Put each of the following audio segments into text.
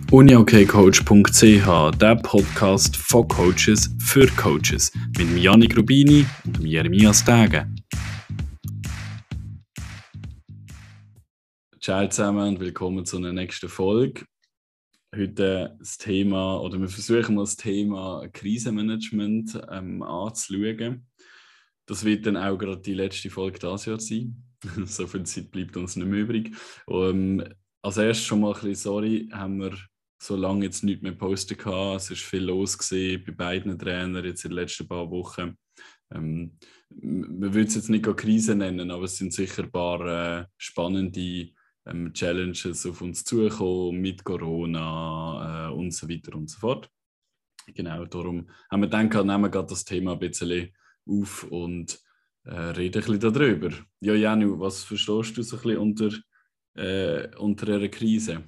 uniokcoach.ch, der Podcast von Coaches für Coaches mit Yannick Rubini und Jeremias Dage. Ciao zusammen und willkommen zu einer nächsten Folge. Heute das Thema, oder wir versuchen mal das Thema Krisenmanagement anzuschauen. Das wird dann auch gerade die letzte Folge dieses Jahr sein. So viel Zeit bleibt uns nicht mehr übrig. Als erstes schon mal ein bisschen sorry, haben wir so lange jetzt nichts mehr gepostet gehabt. Es ist viel los gewesen bei beiden Trainern jetzt in den letzten paar Wochen. Man würde es jetzt nicht Krise nennen, aber es sind sicher ein paar spannende Challenges auf uns zugekommen mit Corona und so weiter und so fort. Genau, darum haben wir gedacht, nehmen wir gerade das Thema ein bisschen auf und reden ein bisschen darüber. Ja, Janu, was verstehst du so ein bisschen unter einer Krise?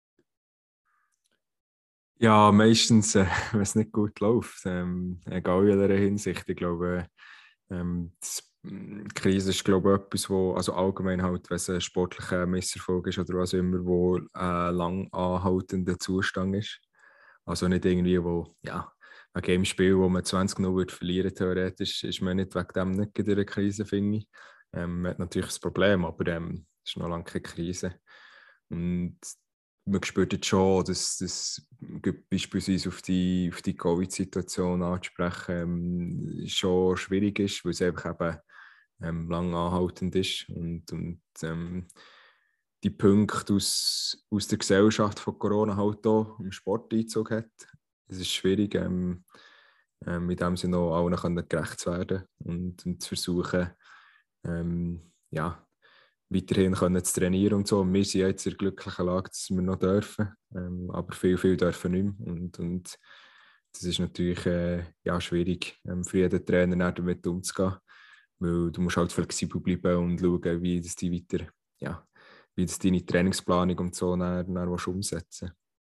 Ja, meistens, wenn es nicht gut läuft, egal in welcher Hinsicht. Ich glaube, die Krise ist, glaube ich, etwas, wo, also allgemein halt, wenn es ein sportlicher Misserfolg ist oder was immer, wo ein lang anhaltender Zustand ist. Also nicht irgendwie, wo, ja, ein Gamespiel, wo man 20-0 verlieren theoretisch, ist man nicht wegen dem nicht in einer Krise, finde ich. Man hat natürlich das Problem, aber es ist noch lange keine Krise. Und man spürt jetzt schon, dass das beispielsweise auf die Covid-Situation anzusprechen schon schwierig ist, weil es einfach eben lang anhaltend ist und die Punkte aus der Gesellschaft von Corona halt auch im Sport Einzug hat. Es ist schwierig, in dem Sinne auch allen gerecht zu werden und zu versuchen, ja, weiterhin zu trainieren und so. Und wir sind jetzt in der glücklichen Lage, dass wir noch dürfen, aber viel dürfen nicht mehr. Und das ist natürlich schwierig, für jeden Trainer damit umzugehen, weil du musst halt flexibel bleiben und schauen, wie das deine Trainingsplanung und so dann umsetzen.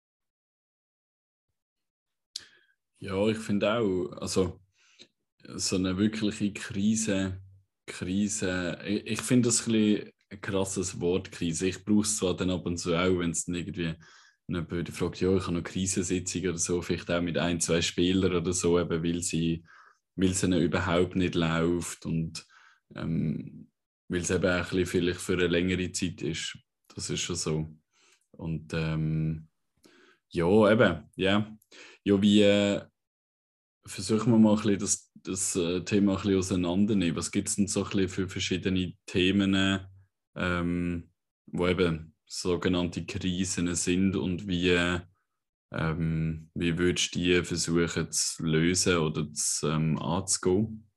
Ja, ich finde auch, also so eine wirkliche Krise, ich finde das ein krasses Wort, Krise. Ich brauche es zwar dann ab und zu auch, wenn es dann irgendwie jemand fragt, ja, ich habe noch Krisensitzung oder so, vielleicht auch mit 1-2 Spielern oder so, eben, weil es ihnen überhaupt nicht läuft und weil es eben auch ein bisschen vielleicht für eine längere Zeit ist. Das ist schon so. Und ja, eben, ja. Ja, wie versuchen wir mal ein bisschen das Thema ein bisschen auseinandernehmen. Was gibt es denn so ein bisschen für verschiedene Themen, wo eben sogenannte Krisen sind und wie würdest du die versuchen zu lösen oder anzugehen?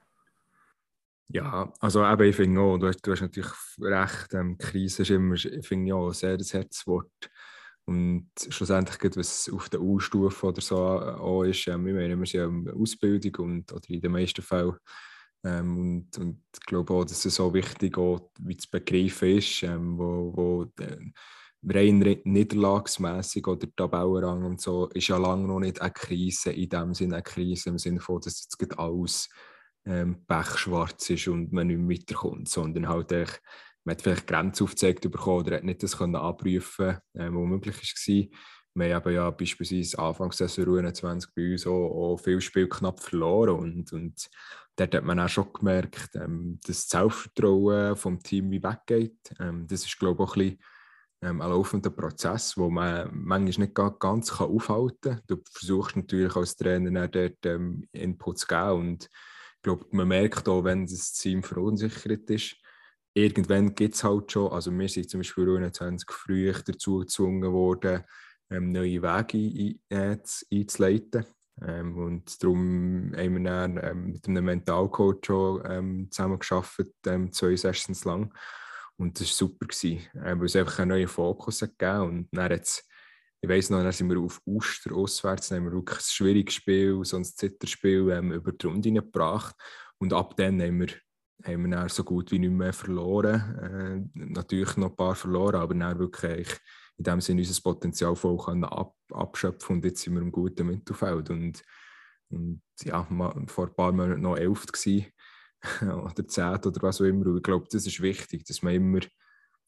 Ja, also eben, ich finde auch, du hast natürlich recht, Krise ist immer, finde ich auch, ein sehr Herzwort. Und schlussendlich, was auf der U-Stufe oder so auch ist, ich meine, wir sind ja in Ausbildung oder in den meisten Fällen. Und ich glaube auch, dass es so wichtig auch, wie zu begreifen ist, wo rein niederlagsmässig oder Tabellenrang und so, ist ja lange noch nicht eine Krise, in dem Sinne eine Krise, im Sinne von, dass jetzt alles pechschwarz ist und man nicht mehr weiterkommt, sondern halt man hat vielleicht Grenzen aufgezeigt bekommen oder hat nicht das können abrufen, was möglich war. Wir haben ja beispielsweise Anfangs Saison U21 bei uns auch viel Spiel knapp verloren und dort hat man auch schon gemerkt, dass das Selbstvertrauen vom Team wie weggeht. Das ist, glaube ich, auch ein bisschen ein laufender Prozess, wo man manchmal nicht ganz aufhalten kann. Du versuchst natürlich als Trainer dort Input zu geben und ich glaube, man merkt auch, wenn das Team verunsichert ist, irgendwann gibt es halt schon, also wir sind zum Beispiel 21 früh dazu gezwungen worden, neue Wege einzuleiten. Und darum haben wir dann mit einem Mentalcoach schon zusammengearbeitet, 2 Sessions lang. Und das war super, weil es einfach einen neuen Fokus hat gegeben. Und dann ich weiss noch, dann sind wir auf Uster auswärts, dann haben wir wirklich ein schwieriges Spiel, so ein Zitterspiel über die Runde gebracht. Und ab dann haben wir dann so gut wie nicht mehr verloren. Natürlich noch ein paar verloren, aber dann wirklich in dem Sinne unser Potenzial voll abschöpfen und jetzt sind wir im guten Mittelfeld. Und ja, vor ein paar Monaten noch 11. oder 10. oder was auch immer. Und ich glaube, das ist wichtig, dass man immer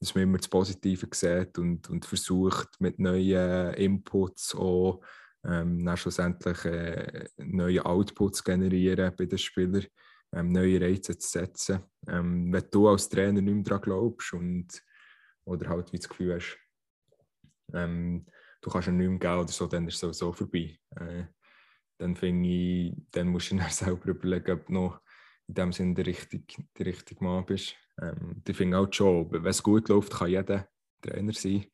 dass man immer das Positive sieht und versucht mit neuen Inputs auch dann schlussendlich neue Outputs zu generieren bei den Spielern, neue Reize zu setzen. Wenn du als Trainer nicht mehr daran glaubst oder halt wie das Gefühl hast, du kannst ihn nicht mehr geben oder so, dann ist es sowieso vorbei. Dann finde ich, dann musst du dir selber überlegen, ob du noch in dem Sinne der richtige Mann bist. Ich finde auch schon, wenn es gut läuft, kann jeder Trainer sein.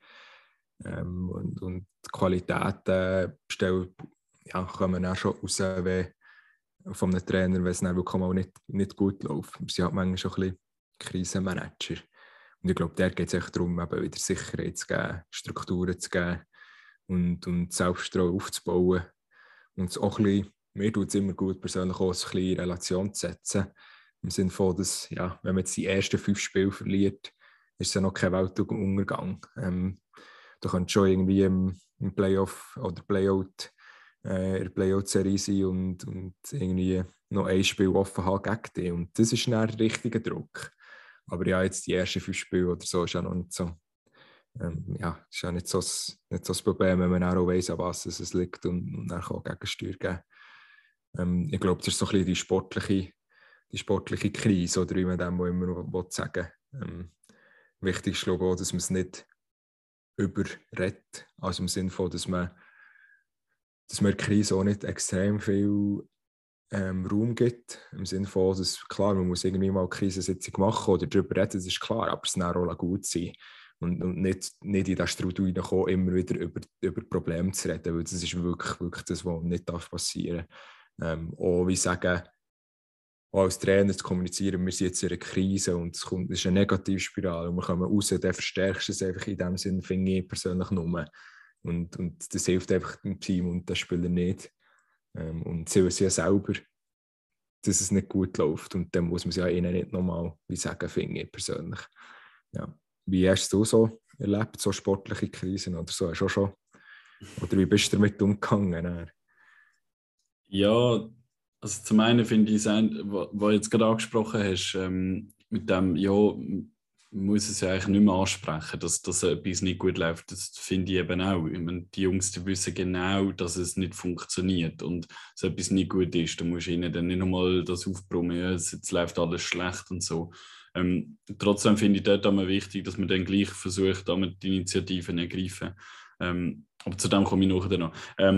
Und die Qualitäten kommen auch schon raus von einem Trainer, wenn es dann wirklich mal nicht gut läuft. Wir sind halt manchmal schon ein bisschen Krisenmanager. Und ich glaube, da geht es echt darum, eben wieder Sicherheit zu geben, Strukturen zu geben und Selbstvertrauen aufzubauen. Und auch ein bisschen, mir tut es immer gut, persönlich auch ein bisschen in Relation zu setzen. Im Sinne von, dass, ja, wenn man jetzt die ersten 5 Spiele verliert, ist es ja noch kein Weltuntergang. Da könnte schon irgendwie im Playoff oder Playout in der Playout-Serie sein und irgendwie noch ein Spiel offen haben gegen dich. Und das ist dann der richtige Druck. Aber ja, jetzt die ersten 5 Spiele oder so ist ja noch nicht so. Ist ja nicht so das Problem, wenn man auch weiss, an was es liegt und dann kann Gegensteuer geben. Ich glaube, das ist so ein bisschen die sportliche Krise, oder wie man dem immer sagen will. Wichtig ist, glaube ich, auch, dass man es nicht überredet, also im Sinne von, dass man der Krise auch nicht extrem viel Raum gibt, im Sinne von, dass klar, man muss irgendwie mal eine Krisensitzung machen oder darüber reden, das ist klar, aber es dann auch gut sein und nicht in diesen Strudel reinkommen, immer wieder über Probleme zu reden, weil das ist wirklich das, was nicht passieren darf. Auch wie sagen, auch als Trainer zu kommunizieren, wir sind jetzt in einer Krise und es ist eine Negativspirale und wir kommen raus, dann verstärkst du es einfach in dem Sinne, finde ich persönlich nur. Und das hilft einfach dem Team und den Spielern nicht. Und sie wissen ja selber, dass es nicht gut läuft und dann muss man es ja ihnen nicht nochmal sagen, finde ich persönlich. Ja. Wie hast du so erlebt, so sportliche Krisen oder so? Hast du auch schon? Oder wie bist du damit umgegangen? Ja, also zum einen finde ich es, was du jetzt gerade angesprochen hast, mit dem, ja, man muss es ja eigentlich nicht mehr ansprechen, dass etwas nicht gut läuft. Das finde ich eben auch. Ich meine, die Jungs, die wissen genau, dass es nicht funktioniert und so etwas nicht gut ist. Da musst du ihnen dann nicht nochmal das aufbrummen, ja, jetzt läuft alles schlecht und so. Trotzdem finde ich dort einmal wichtig, dass man dann gleich versucht, damit die Initiativen zu ergreifen. Aber zu dem komme ich nachher noch.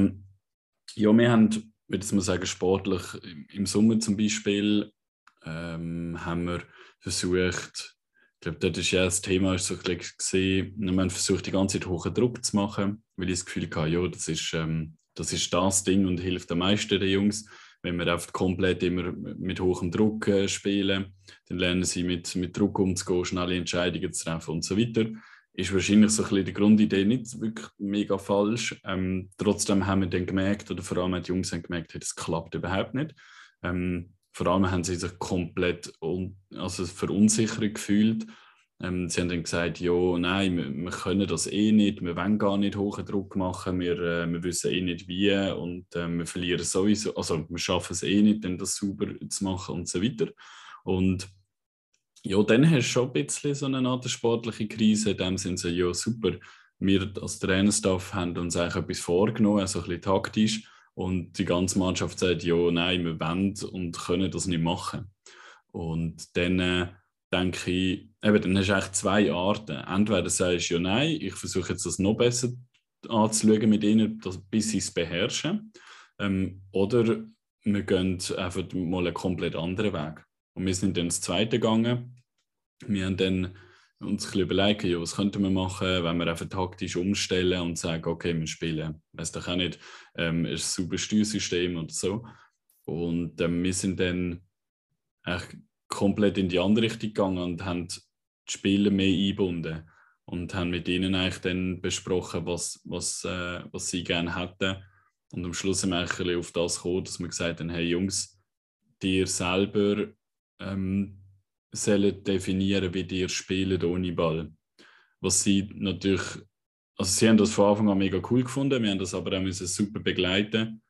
Ja, wir haben, würde ich mal sagen, sportlich im Sommer zum Beispiel haben wir versucht, ich glaube, dort ist ja das Thema ist so ein bisschen gesehen, wir haben versucht, die ganze Zeit hohen Druck zu machen, weil ich das Gefühl hatte, ja, das ist das Ding und hilft am meisten den Jungs. Wenn wir einfach komplett immer mit hohem Druck spielen, dann lernen sie mit Druck umzugehen, schnelle Entscheidungen zu treffen und so weiter. Ist wahrscheinlich so ein bisschen die Grundidee nicht wirklich mega falsch. Trotzdem haben wir dann gemerkt, oder vor allem die Jungs haben gemerkt, das klappt überhaupt nicht. Vor allem haben sie sich komplett verunsichert gefühlt. Sie haben dann gesagt, ja, nein, wir können das eh nicht, wir wollen gar nicht hohen Druck machen, wir wissen eh nicht wie und wir verlieren sowieso, also wir schaffen es eh nicht, dann das sauber zu machen und so weiter. Und ja, dann hast du schon ein bisschen so eine Art sportliche Krise, in dem Sinne so, ja super, wir als Trainerstaff haben uns eigentlich etwas vorgenommen, also ein bisschen taktisch, und die ganze Mannschaft sagt, ja, nein, wir wollen und können das nicht machen. Und dann denke ich, eben, dann hast du eigentlich 2 Arten. Entweder sagst du, ja, nein, ich versuche jetzt das noch besser anzuschauen mit ihnen, bis sie es beherrschen. Oder wir gehen einfach mal einen komplett anderen Weg. Und wir sind dann das Zweite gegangen. Wir haben dann uns ein bisschen überlegt, ja, was könnten wir machen, wenn wir einfach taktisch umstellen und sagen, okay, wir spielen, weiss doch auch nicht, ein super Steuersystem oder so. Und wir sind dann eigentlich komplett in die andere Richtung gegangen und haben die Spieler mehr eingebunden und haben mit ihnen eigentlich dann besprochen, was sie gerne hätten. Und am Schluss sind wir eigentlich ein bisschen auf das gekommen, dass wir gesagt haben, hey Jungs, dir selber sollen definieren, wie ihr spielt ohne Ball. Was sie natürlich, also sie haben das von Anfang an mega cool gefunden, wir haben das aber auch müssen super begleiten,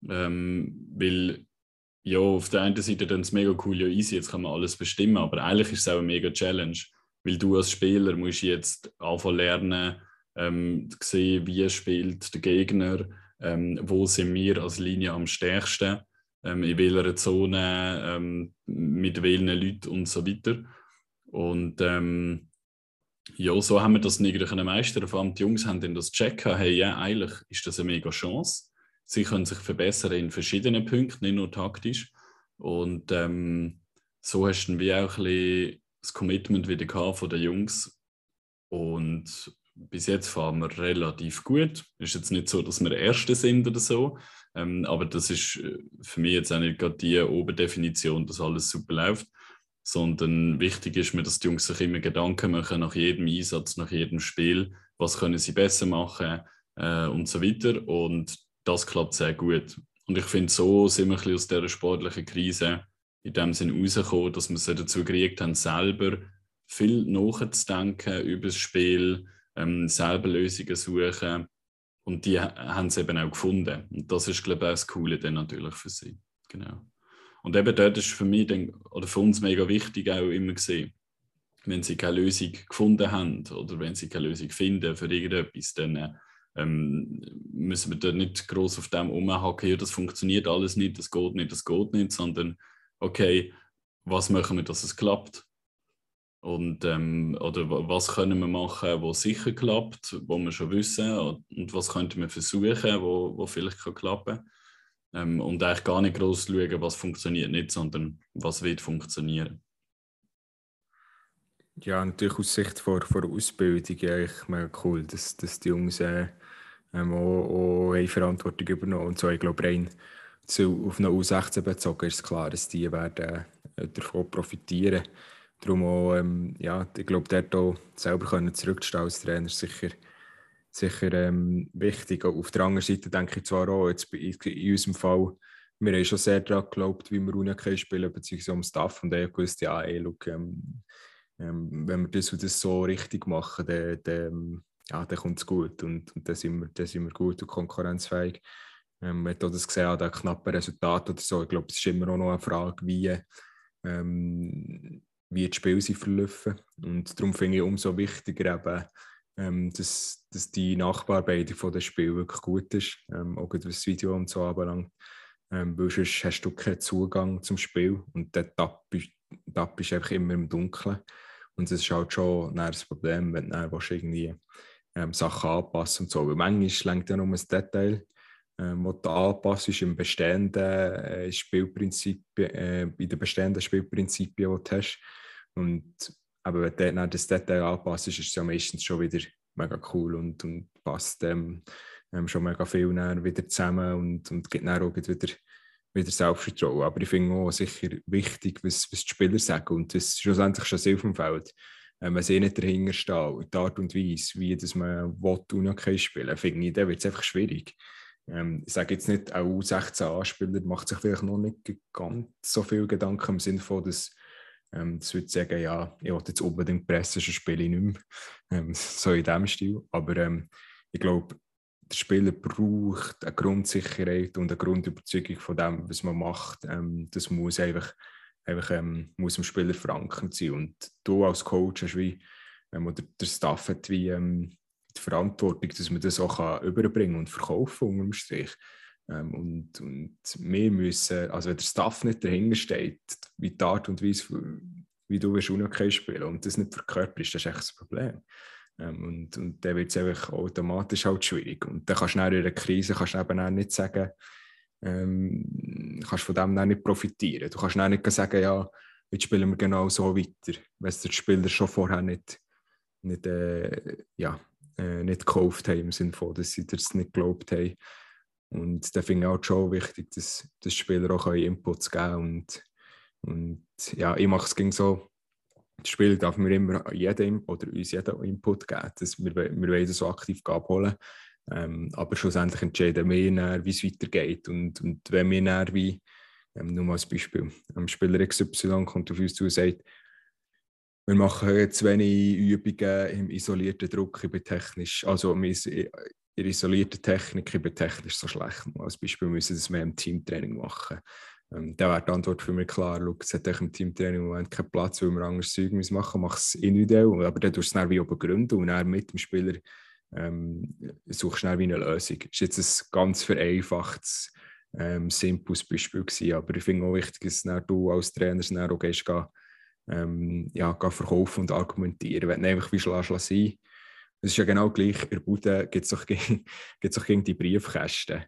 weil ja, auf der einen Seite dann ist es mega cool, ja easy, jetzt kann man alles bestimmen, aber eigentlich ist es auch eine mega Challenge, Weil du als Spieler musst jetzt anfangen lernen, sehen, wie spielt der Gegner, wo sind wir als Linie am stärksten, in welcher Zone, mit welchen Leuten und so weiter. Und ja, so haben wir das nicht meistern. Vor allem die Jungs haben dann das checken, hey, ja, eigentlich ist das eine mega Chance. Sie können sich verbessern in verschiedenen Punkten, nicht nur taktisch. Und so hast du dann wie auch ein bisschen das Commitment wieder gehabt von den Jungs. Und bis jetzt fahren wir relativ gut. Ist jetzt nicht so, dass wir Erste sind oder so. Aber das ist für mich jetzt auch nicht gerade die Oberdefinition, dass alles super läuft. Sondern wichtig ist mir, dass die Jungs sich immer Gedanken machen nach jedem Einsatz, nach jedem Spiel, was können sie besser machen und so weiter. Und das klappt sehr gut. Und ich finde, so sind wir ein bisschen aus dieser sportlichen Krise in dem Sinne rausgekommen, dass wir es dazu gekriegt haben, selber viel nachzudenken über das Spiel, selber Lösungen suchen. Und die haben es eben auch gefunden. Und das ist, glaube ich, auch das Coole dann natürlich für sie. Genau. Und eben dort ist für mich oder für uns mega wichtig auch immer gesehen, wenn sie keine Lösung gefunden haben oder wenn sie keine Lösung finden für irgendetwas, dann müssen wir dort nicht gross auf dem rumhacken, ja, das funktioniert alles nicht, das geht nicht, sondern okay, was machen wir, dass es klappt? Und, oder was können wir machen, was sicher klappt, wo wir schon wissen, und was könnten wir versuchen, wo vielleicht klappen kann. Und eigentlich gar nicht gross schauen, was funktioniert nicht, sondern was wird funktionieren. Ja, natürlich aus Sicht von Ausbildung eigentlich mega cool, dass die Jungs auch eine Verantwortung übernommen. Und so, ich glaube, rein auf eine U16 bezogen ist es klar, dass die werden davon profitieren. Darum auch, ja, ich glaube, dort auch selber zurückstehen als Trainer ist sicher wichtig. Auf der anderen Seite denke ich zwar auch, jetzt in unserem Fall, wir haben schon sehr daran geglaubt, wie wir Unihockey spielen, beziehungsweise am Staff, und ich gewusst, ja, look, wenn wir das und das so richtig machen, dann kommt es gut und dann sind wir gut und konkurrenzfähig. Wenn du das gesehen hast, ein knappes Resultat oder so, ich glaube, es ist immer auch noch eine Frage, wie die Spiele sich verlaufen. Und darum finde ich umso wichtiger eben, dass die Nachbearbeitung von dem Spiel wirklich gut ist, auch was das Video und so anbelangt. Weil sonst hast du keinen Zugang zum Spiel und der Tab ist einfach immer im Dunkeln. Und das ist halt schon das Problem, wenn du irgendwie Sachen anpassen und so. Weil manchmal lenkt ja nur ein Detail, wo du anpasst im bestehenden Spielprinzipien, in den bestehenden Spielprinzipien, die du hast. Und aber wenn du dann das Detail anpasst, ist es ja meistens schon wieder mega cool und passt schon mega viel wieder zusammen und gibt dann auch wieder Selbstvertrauen. Aber ich finde auch sicher wichtig, was die Spieler sagen. Und das ist schlussendlich schon sehr auf dem Feld. Wenn sie nicht dahinter stehen, die Art und Weise, wie das man Unihockey spielen, finde ich, dann wird es einfach schwierig. Ich sage jetzt nicht, ein U16-Spieler macht sich vielleicht noch nicht ganz so viel Gedanken im Sinne von, dass das würde sagen, ja, ich will jetzt unbedingt pressen, sonst spiele ich nicht mehr. So in diesem Stil. Aber ich glaube, der Spieler braucht eine Grundsicherheit und eine Grundüberzeugung von dem, was man macht. Das muss einfach muss dem Spieler verankert sein. Und du als Coach hast wie, oder der Staff hat wie die Verantwortung, dass man das auch überbringen und verkaufen unter dem Strich. Und wir müssen, also wenn der Staff nicht dahinter steht, wie die Art und Weise, wie du Unihockey spielen und das nicht verkörperst, das ist echt das Problem. Und dann wird es einfach automatisch halt schwierig. Und dann kannst du in einer Krise eben auch nicht sagen, kannst von dem dann nicht profitieren. Du kannst dann nicht sagen, ja, jetzt spielen wir genau so weiter, wenn es der Spieler schon vorher nicht gekauft haben, im Sinne von, dass sie das nicht geglaubt haben. Und da finde ich auch schon wichtig, dass Spieler auch Inputs geben und ja, ich mache es gegen so, das Spiel darf mir immer uns jeden Input geben, dass wir wollen das so aktiv abholen. Aber schlussendlich entscheiden wir dann, wie es weitergeht. Und wenn wir dann wie, nur mal als Beispiel, Spieler XY kommt auf uns zu und sagt, wir machen jetzt wenig Übungen im isolierten Druck, ich bin technisch, also in isolierter Technik, ich bin technisch so schlecht. Als Beispiel müssen wir das mehr im Teamtraining machen. Da wäre die Antwort für mich klar, schau, es hat im Teamtraining im Moment keinen Platz, weil wir anderes Zeug machen müssen, mach es individuell, aber dann tust du es dann wie auch begründen und dann mit dem Spieler suchst du dann wie eine Lösung. Das ist jetzt ein ganz vereinfachtes, simples Beispiel gewesen, aber ich finde auch wichtig, dass du als Trainer dann auch gehst, geh verkaufen und argumentieren, wenn du einfach wie sein. Es ist ja genau gleich, in der Bude gibt es doch gegen die Briefkästen.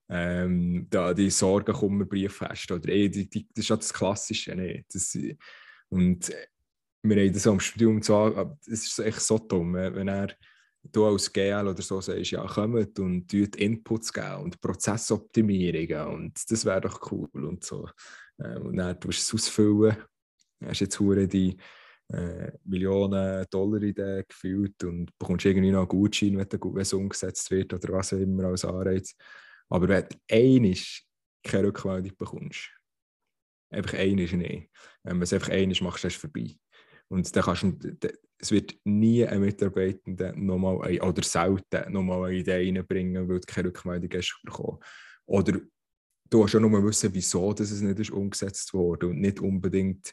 Da die Sorgenkummer-Briefkästen. Oder das ist ja das Klassische. Ne? Und wir haben das am Studium so, es ist echt so dumm, wenn du als GL oder so sagst, ja, kommt und Inputs geben und Prozessoptimierungen und das wäre doch cool und so. Und dann tust du es ausfüllen. Du hast jetzt die Millionen $-Idee gefühlt und bekommst irgendwie noch einen Gutschein, wenn es umgesetzt wird oder was auch immer als Anreiz. Aber wenn du einmal keine Rückmeldung bekommst, einfach einmal nicht. Wenn du es einfach einmal machst, dann ist es vorbei. Und dann es wird nie ein Mitarbeitender nochmal, oder selten nochmal eine Idee reinbringen, weil du keine Rückmeldung hast bekommen. Oder du hast ja nur wissen, wieso dass es nicht ist umgesetzt wurde und nicht unbedingt,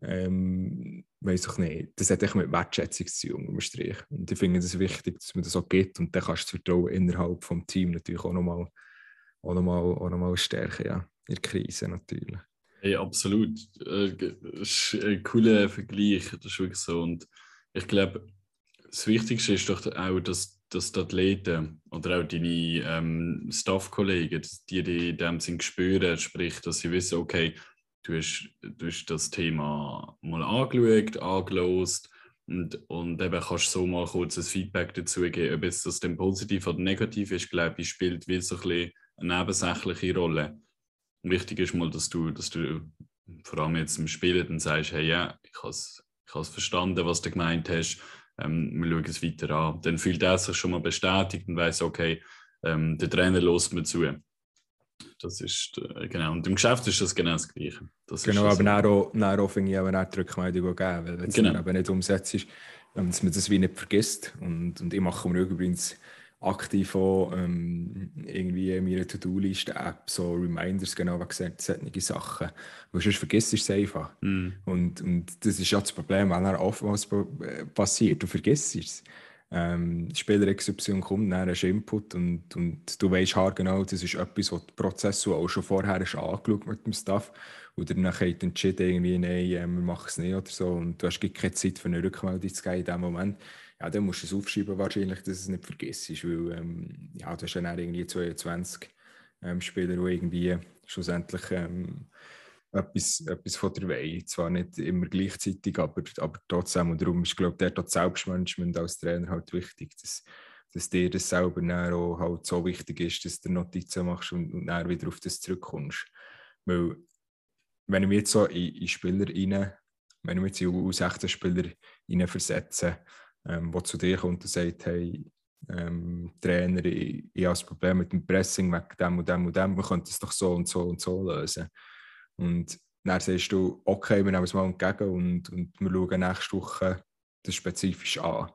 weiss ich nicht, das hat echt mit Wertschätzung zu tun, unterm Strich. Und ich finde es wichtig, dass man das auch gibt und dann kannst du das Vertrauen innerhalb des Teams natürlich auch nochmal stärken, ja, in der Krise natürlich. Hey, absolut. Das ist ein cooler Vergleich, das ist wirklich so. Und ich glaube, das Wichtigste ist doch auch, dass die Athleten oder auch deine Staff-Kollegen, die in dem Sinn spüren, sprich, dass sie wissen, okay, du hast das Thema mal angeschaut, angelost und eben kannst du so mal kurz ein Feedback dazu geben, ob jetzt das dann positiv oder negativ ist, glaube ich, spielt wie so ein bisschen eine nebensächliche Rolle. Wichtig ist mal, dass du vor allem jetzt im Spiel dann sagst, hey, ja, ich habe es verstanden, was du gemeint hast, wir schauen es weiter an. Dann fühlt er sich schon mal bestätigt und weiss, okay, der Trainer lässt mir zu. Das ist, genau, und im Geschäft ist das genau das Gleiche. Das genau, ist aber auch finde ich auch die Rückmeldung geben, weil wenn es dann eben nicht umsetzt ist, dass man das wie nicht vergisst. Und ich mache mir übrigens aktiv auch irgendwie in meiner To-Do-Liste-App so Reminders, genau wie gesagt, solche Sachen. Weil sonst vergisst du es einfach. Und das ist ja das Problem, wenn dann oftmals passiert, du vergisst es. Spieler XY kommt, dann hast du Input und du weißt genau, das ist etwas, was der Prozess auch schon vorher hast angeschaut mit dem Staff und dann hat entschieden, irgendwie, nein, wir machen es nicht oder so und du hast keine Zeit für eine Rückmeldung zu geben in dem Moment. Ja, dann musst du es aufschreiben wahrscheinlich, dass du es nicht vergisst, weil du hast ja dann irgendwie 22 Spieler, die irgendwie schlussendlich etwas von der Weih. Zwar nicht immer gleichzeitig, aber trotzdem. Und darum ist, glaube ich, das Selbstmanagement als Trainer halt wichtig, dass dir das selber dann auch halt so wichtig ist, dass du Notizen machst und dann wieder auf das zurückkommst. Weil, wenn ich mich jetzt so in Spieler rein, wenn ich mich jetzt in U16-Spieler versetze, der zu dir kommt und sagt, hey, Trainer, ich habe das Problem mit dem Pressing wegen dem und dem und dem, wir könnten es doch so und so und so lösen. Und dann sagst du, okay, wir nehmen es mal entgegen und wir schauen nächste Woche das spezifisch an.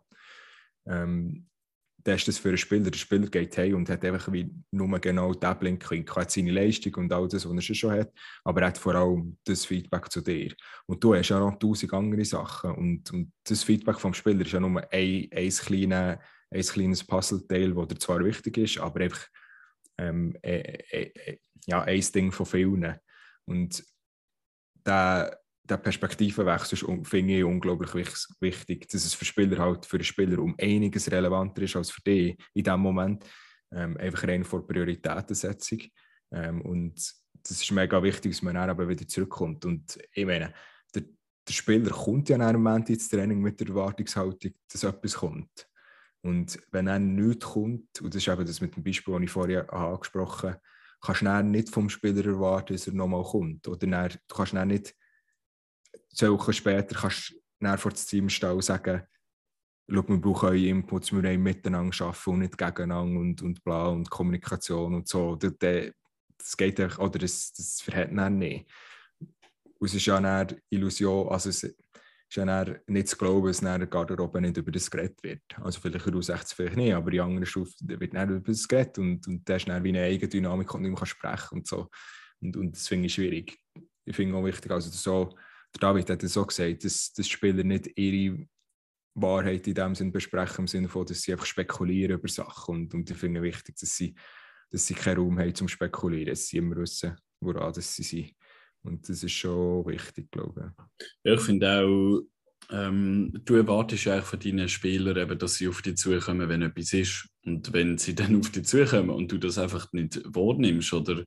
Dann ist das für einen Spieler. Der Spieler geht heim und hat einfach wie nur genau den Blinkwinkel. Er hat seine Leistung und all das, was er schon hat, aber er hat vor allem das Feedback zu dir. Und du hast ja noch 1000 andere Sachen. Und das Feedback vom Spieler ist ja nur ein kleines Puzzleteil, das dir zwar wichtig ist, aber einfach ein Ding von vielen. Und der Perspektivenwechsel finde ich unglaublich wichtig, dass es für den Spieler um einiges relevanter ist als für dich in diesem Moment. Einfach rein vor Prioritätensetzung. Und das ist mega wichtig, dass man dann aber wieder zurückkommt. Und ich meine, der Spieler kommt ja dann am Ende ins Training mit der Erwartungshaltung, dass etwas kommt. Und wenn dann nichts kommt, und das ist eben das mit dem Beispiel, das ich vorher angesprochen habe, kannst du dann nicht vom Spieler erwarten, dass er nochmal kommt. Oder dann, du kannst dann nicht 2 Wochen später kannst du vor das Team stehen und sagen, schau, wir brauchen eure Inputs, wir wollen miteinander arbeiten und nicht gegeneinander und bla und Kommunikation und so. Das geht einfach, oder das verhält dann nicht. Und es ist ja eine Illusion, also es ist ja dann nicht zu glauben, dass in der Garderobe nicht über das geredet wird. Also vielleicht in U16 vielleicht nicht, aber in anderen Stufen wird dann über das geredet und da ist dann wie eine Eigendynamik und nicht mehr sprechen und so. Und das finde ich schwierig. Ich finde auch wichtig, also so, der David hat es so gesagt, dass Spieler nicht ihre Wahrheit in dem Sinn besprechen, im Sinne von, dass sie einfach spekulieren über Sachen. Und ich finde wichtig, dass sie keinen Raum haben zum Spekulieren, dass sie immer wissen, woran das sie sind. Und das ist schon wichtig, glaube ich. Ja, ich finde auch, du erwartest eigentlich von deinen Spielern, eben, dass sie auf dich zukommen, wenn etwas ist. Und wenn sie dann auf dich zukommen und du das einfach nicht wahrnimmst oder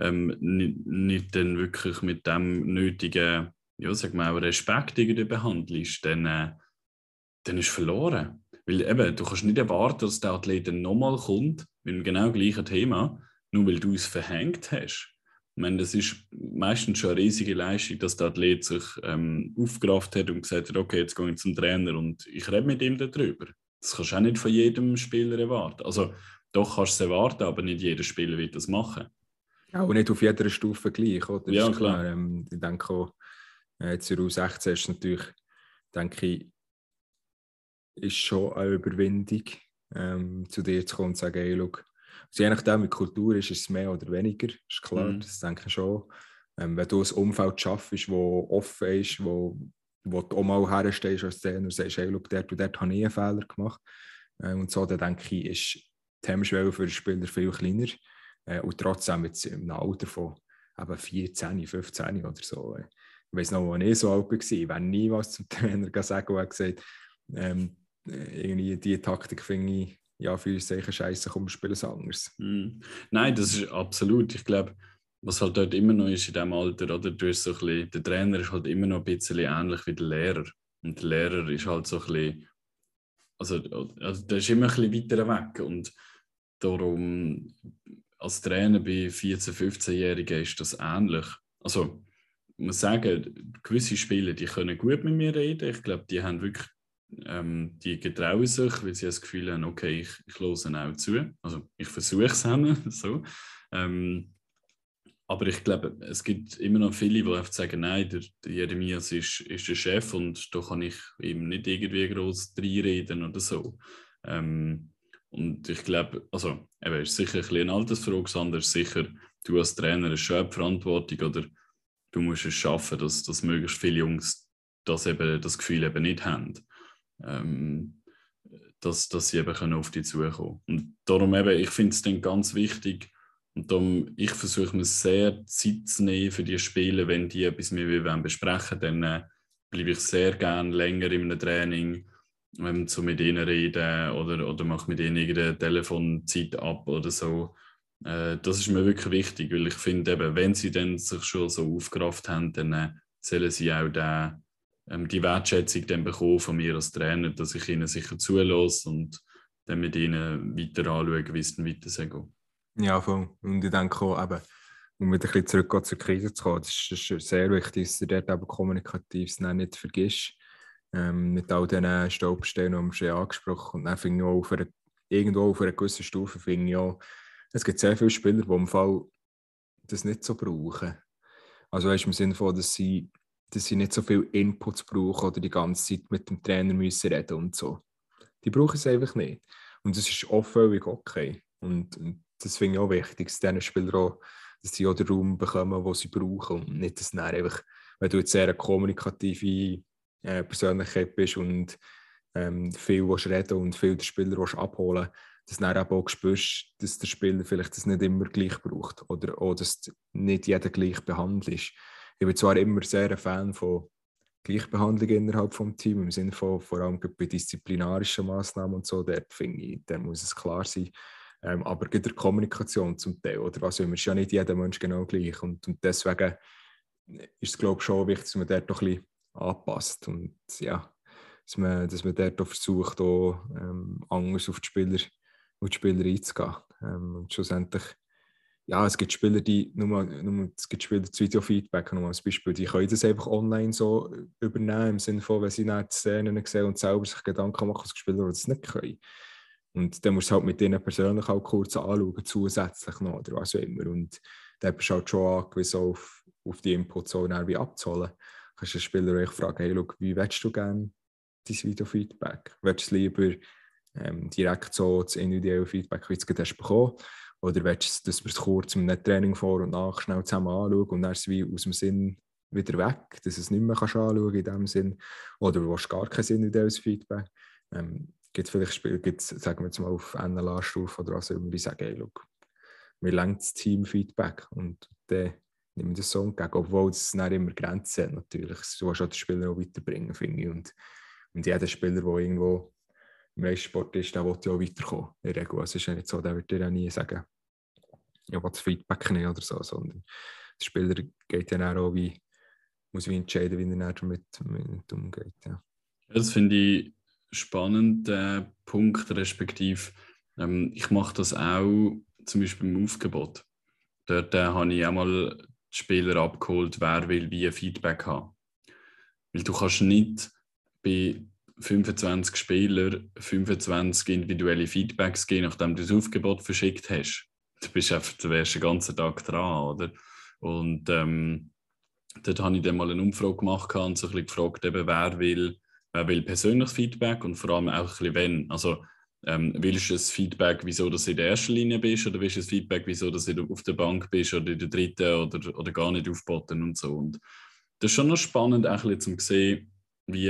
nicht dann wirklich mit dem nötigen, ja, sag mal, auch Respekt irgendwie behandelst, dann ist verloren. Weil eben, du kannst nicht erwarten, dass der Athlet dann nochmal kommt mit dem genau gleichen Thema, nur weil du es verhängt hast. Ich meine, das ist meistens schon eine riesige Leistung, dass der Athlet sich aufgerafft hat und gesagt hat, okay, jetzt gehe ich zum Trainer und ich rede mit ihm darüber. Das kannst du auch nicht von jedem Spieler erwarten. Also doch kannst du es erwarten, aber nicht jeder Spieler wird das machen. Auch nicht auf jeder Stufe gleich, oder? Ja, ist klar. Ich denke auch, jetzt in U16 ist natürlich, denke ich, ist schon eine Überwindung, zu dir zu kommen und zu sagen, hey, schau, also je nachdem, wie die Kultur ist, ist es mehr oder weniger, ist klar, das denke ich schon. Wenn du ein Umfeld schaffst, das offen ist, wo du auch mal herstehst als Trainer und sagst, hey, schau, dort habe ich einen Fehler gemacht. Und so, dann denke ich, ist die Hemmschwelle für den Spieler viel kleiner. Und trotzdem jetzt im Alter von eben 14, 15 oder so. Ich weiss noch, als ich so alt war, ich wäre nie was zum Trainer sagen und gesagt, irgendwie diese Taktik finde ich, ja, für uns sicher scheiße, komm, wir spielen es anders. Nein, das ist absolut. Ich glaube, was halt dort immer noch ist in diesem Alter, oder? Du hast so ein bisschen, der Trainer ist halt immer noch ein bisschen ähnlich wie der Lehrer. Und der Lehrer ist halt so ein bisschen, also der ist immer ein bisschen weiter weg. Und darum, als Trainer bei 14-, 15-Jährigen ist das ähnlich. Also, ich muss sagen, gewisse Spieler, die können gut mit mir reden. Ich glaube, die haben wirklich, die getrauen sich, weil sie das Gefühl haben, okay, ich höre ihnen auch zu. Also, ich versuche es ihnen, so. Aber ich glaube, es gibt immer noch viele, die einfach sagen, nein, der Jeremias ist der Chef und da kann ich ihm nicht irgendwie groß reinreden oder so. Und ich glaube, also, es ist sicher ein bisschen eine Altersfrage, sondern sicher, du als Trainer hast schon eine Verantwortung oder du musst es schaffen, dass möglichst viele Jungs das Gefühl eben nicht haben. Dass sie eben auf dich zukommen können. Und darum eben, ich finde es dann ganz wichtig, und darum, ich versuche mir sehr Zeit zu nehmen für die Spiele, wenn die etwas mit mir besprechen wollen, dann bleibe ich sehr gerne länger in einem Training, so mit ihnen reden oder mache mit ihnen irgendeine Telefonzeit ab oder so. Das ist mir wirklich wichtig, weil ich finde eben, wenn sie dann sich schon so aufgerafft haben, dann sollen sie auch die Wertschätzung dann bekommen von mir als Trainer, dass ich ihnen sicher zulasse und dann mit ihnen weiter anschaue, wie es dann weiter soll gehen. Ja, voll. Und ich denke auch, eben, um wieder ein bisschen zurück zur Krise zu kommen, das ist sehr wichtig, dass du dort eben kommunikativ nicht vergisst. Mit all diesen Stolpersteinen, die wir schon angesprochen haben. Und dann finde ich auch, irgendwo auf einer gewissen Stufe, finde ich auch, es gibt sehr viele Spieler, die im Fall das nicht so brauchen. Also weißt du, im Sinne von, dass sie nicht so viel Inputs brauchen oder die ganze Zeit mit dem Trainer müssen reden und so. Die brauchen es einfach nicht. Und das ist auch völlig okay. Und das finde ich auch wichtig, dass diese Spieler auch, dass sie auch den Raum bekommen, den sie brauchen. Und nicht, dass dann einfach, wenn du jetzt sehr eine kommunikative Persönlichkeit bist und viel reden und viel den Spieler abholen, dass du dann eben auch spürst, dass der Spieler vielleicht das nicht immer gleich braucht oder auch, dass nicht jeder gleich behandelt ist. Ich bin zwar immer sehr ein Fan von Gleichbehandlung innerhalb des Teams, im Sinne von vor allem bei disziplinarischen Massnahmen und so, dort finde ich, da muss es klar sein. Aber in der Kommunikation zum Teil, oder was immer, ist ja nicht jeder Mensch genau gleich. Und deswegen ist es, glaube ich, schon wichtig, dass man dort doch ein bisschen anpasst. Und ja, dass man dort auch versucht, auch, anders auf die Spieler einzugehen. Und schlussendlich, ja, es gibt Spieler, es gibt Spieler, das Video-Feedback, nur als Beispiel, die können das einfach online so übernehmen, im Sinne von, wenn sie nicht die Szenen sehen und selber sich Gedanken machen, als Spieler, die das nicht können. Und dann musst du halt mit denen persönlich auch kurz anschauen, zusätzlich noch, oder was auch immer. Und da bist du halt schon angewiesen auf die Inputs so wie abzuholen. Du kannst den Spieler echt fragen, hey, schau, wie willst du gerne dein Video-Feedback? Willst du es lieber direkt so das individuelle Feedback, wie du es gerade hast bekommen? Oder willst du, dass wir es kurz im Training vor und nach schnell zusammen anschauen und dann ist es wie aus dem Sinn wieder weg, dass du es nicht mehr anschauen kannst in dem Sinn. Oder du willst gar keinen Sinn in diesem Feedback. Gibt vielleicht Spiele, sagen wir jetzt mal auf NLA-Stufe oder was immer, die sagen, hey, look, mir lenkt das Team-Feedback und dann nehmen wir das so entgegen, obwohl es nicht immer Grenzen hat natürlich. Du willst auch den Spieler auch weiterbringen, finde ich. Und jeder Spieler, der irgendwo im Reissport ist, der will ja auch weiterkommen. In der Regel. Also es ist ja nicht so, der wird dir ja nie sagen, ja, was das Feedback nicht oder so, sondern der Spieler geht ja auch wie, muss wie entscheiden, wie er damit umgeht. Ja. Das finde ich spannend, der Punkt, respektive ich mache das auch zum Beispiel im Aufgebot. Dort habe ich auch mal die Spieler abgeholt, wer will wie ein Feedback haben. Weil du kannst nicht bei 25 Spielern 25 individuelle Feedbacks geben, nachdem du das Aufgebot verschickt hast. Du wärst den ganzen Tag dran, oder? Und dort habe ich dann mal eine Umfrage gemacht und so ein bisschen gefragt, eben, wer will persönliches Feedback und vor allem auch ein bisschen wenn. Also willst du ein Feedback, wieso dass du in der ersten Linie bist, oder willst du ein Feedback, wieso dass du auf der Bank bist oder in der dritten oder gar nicht aufboten und so. Und das ist schon noch spannend, auch ein bisschen zu sehen, wie,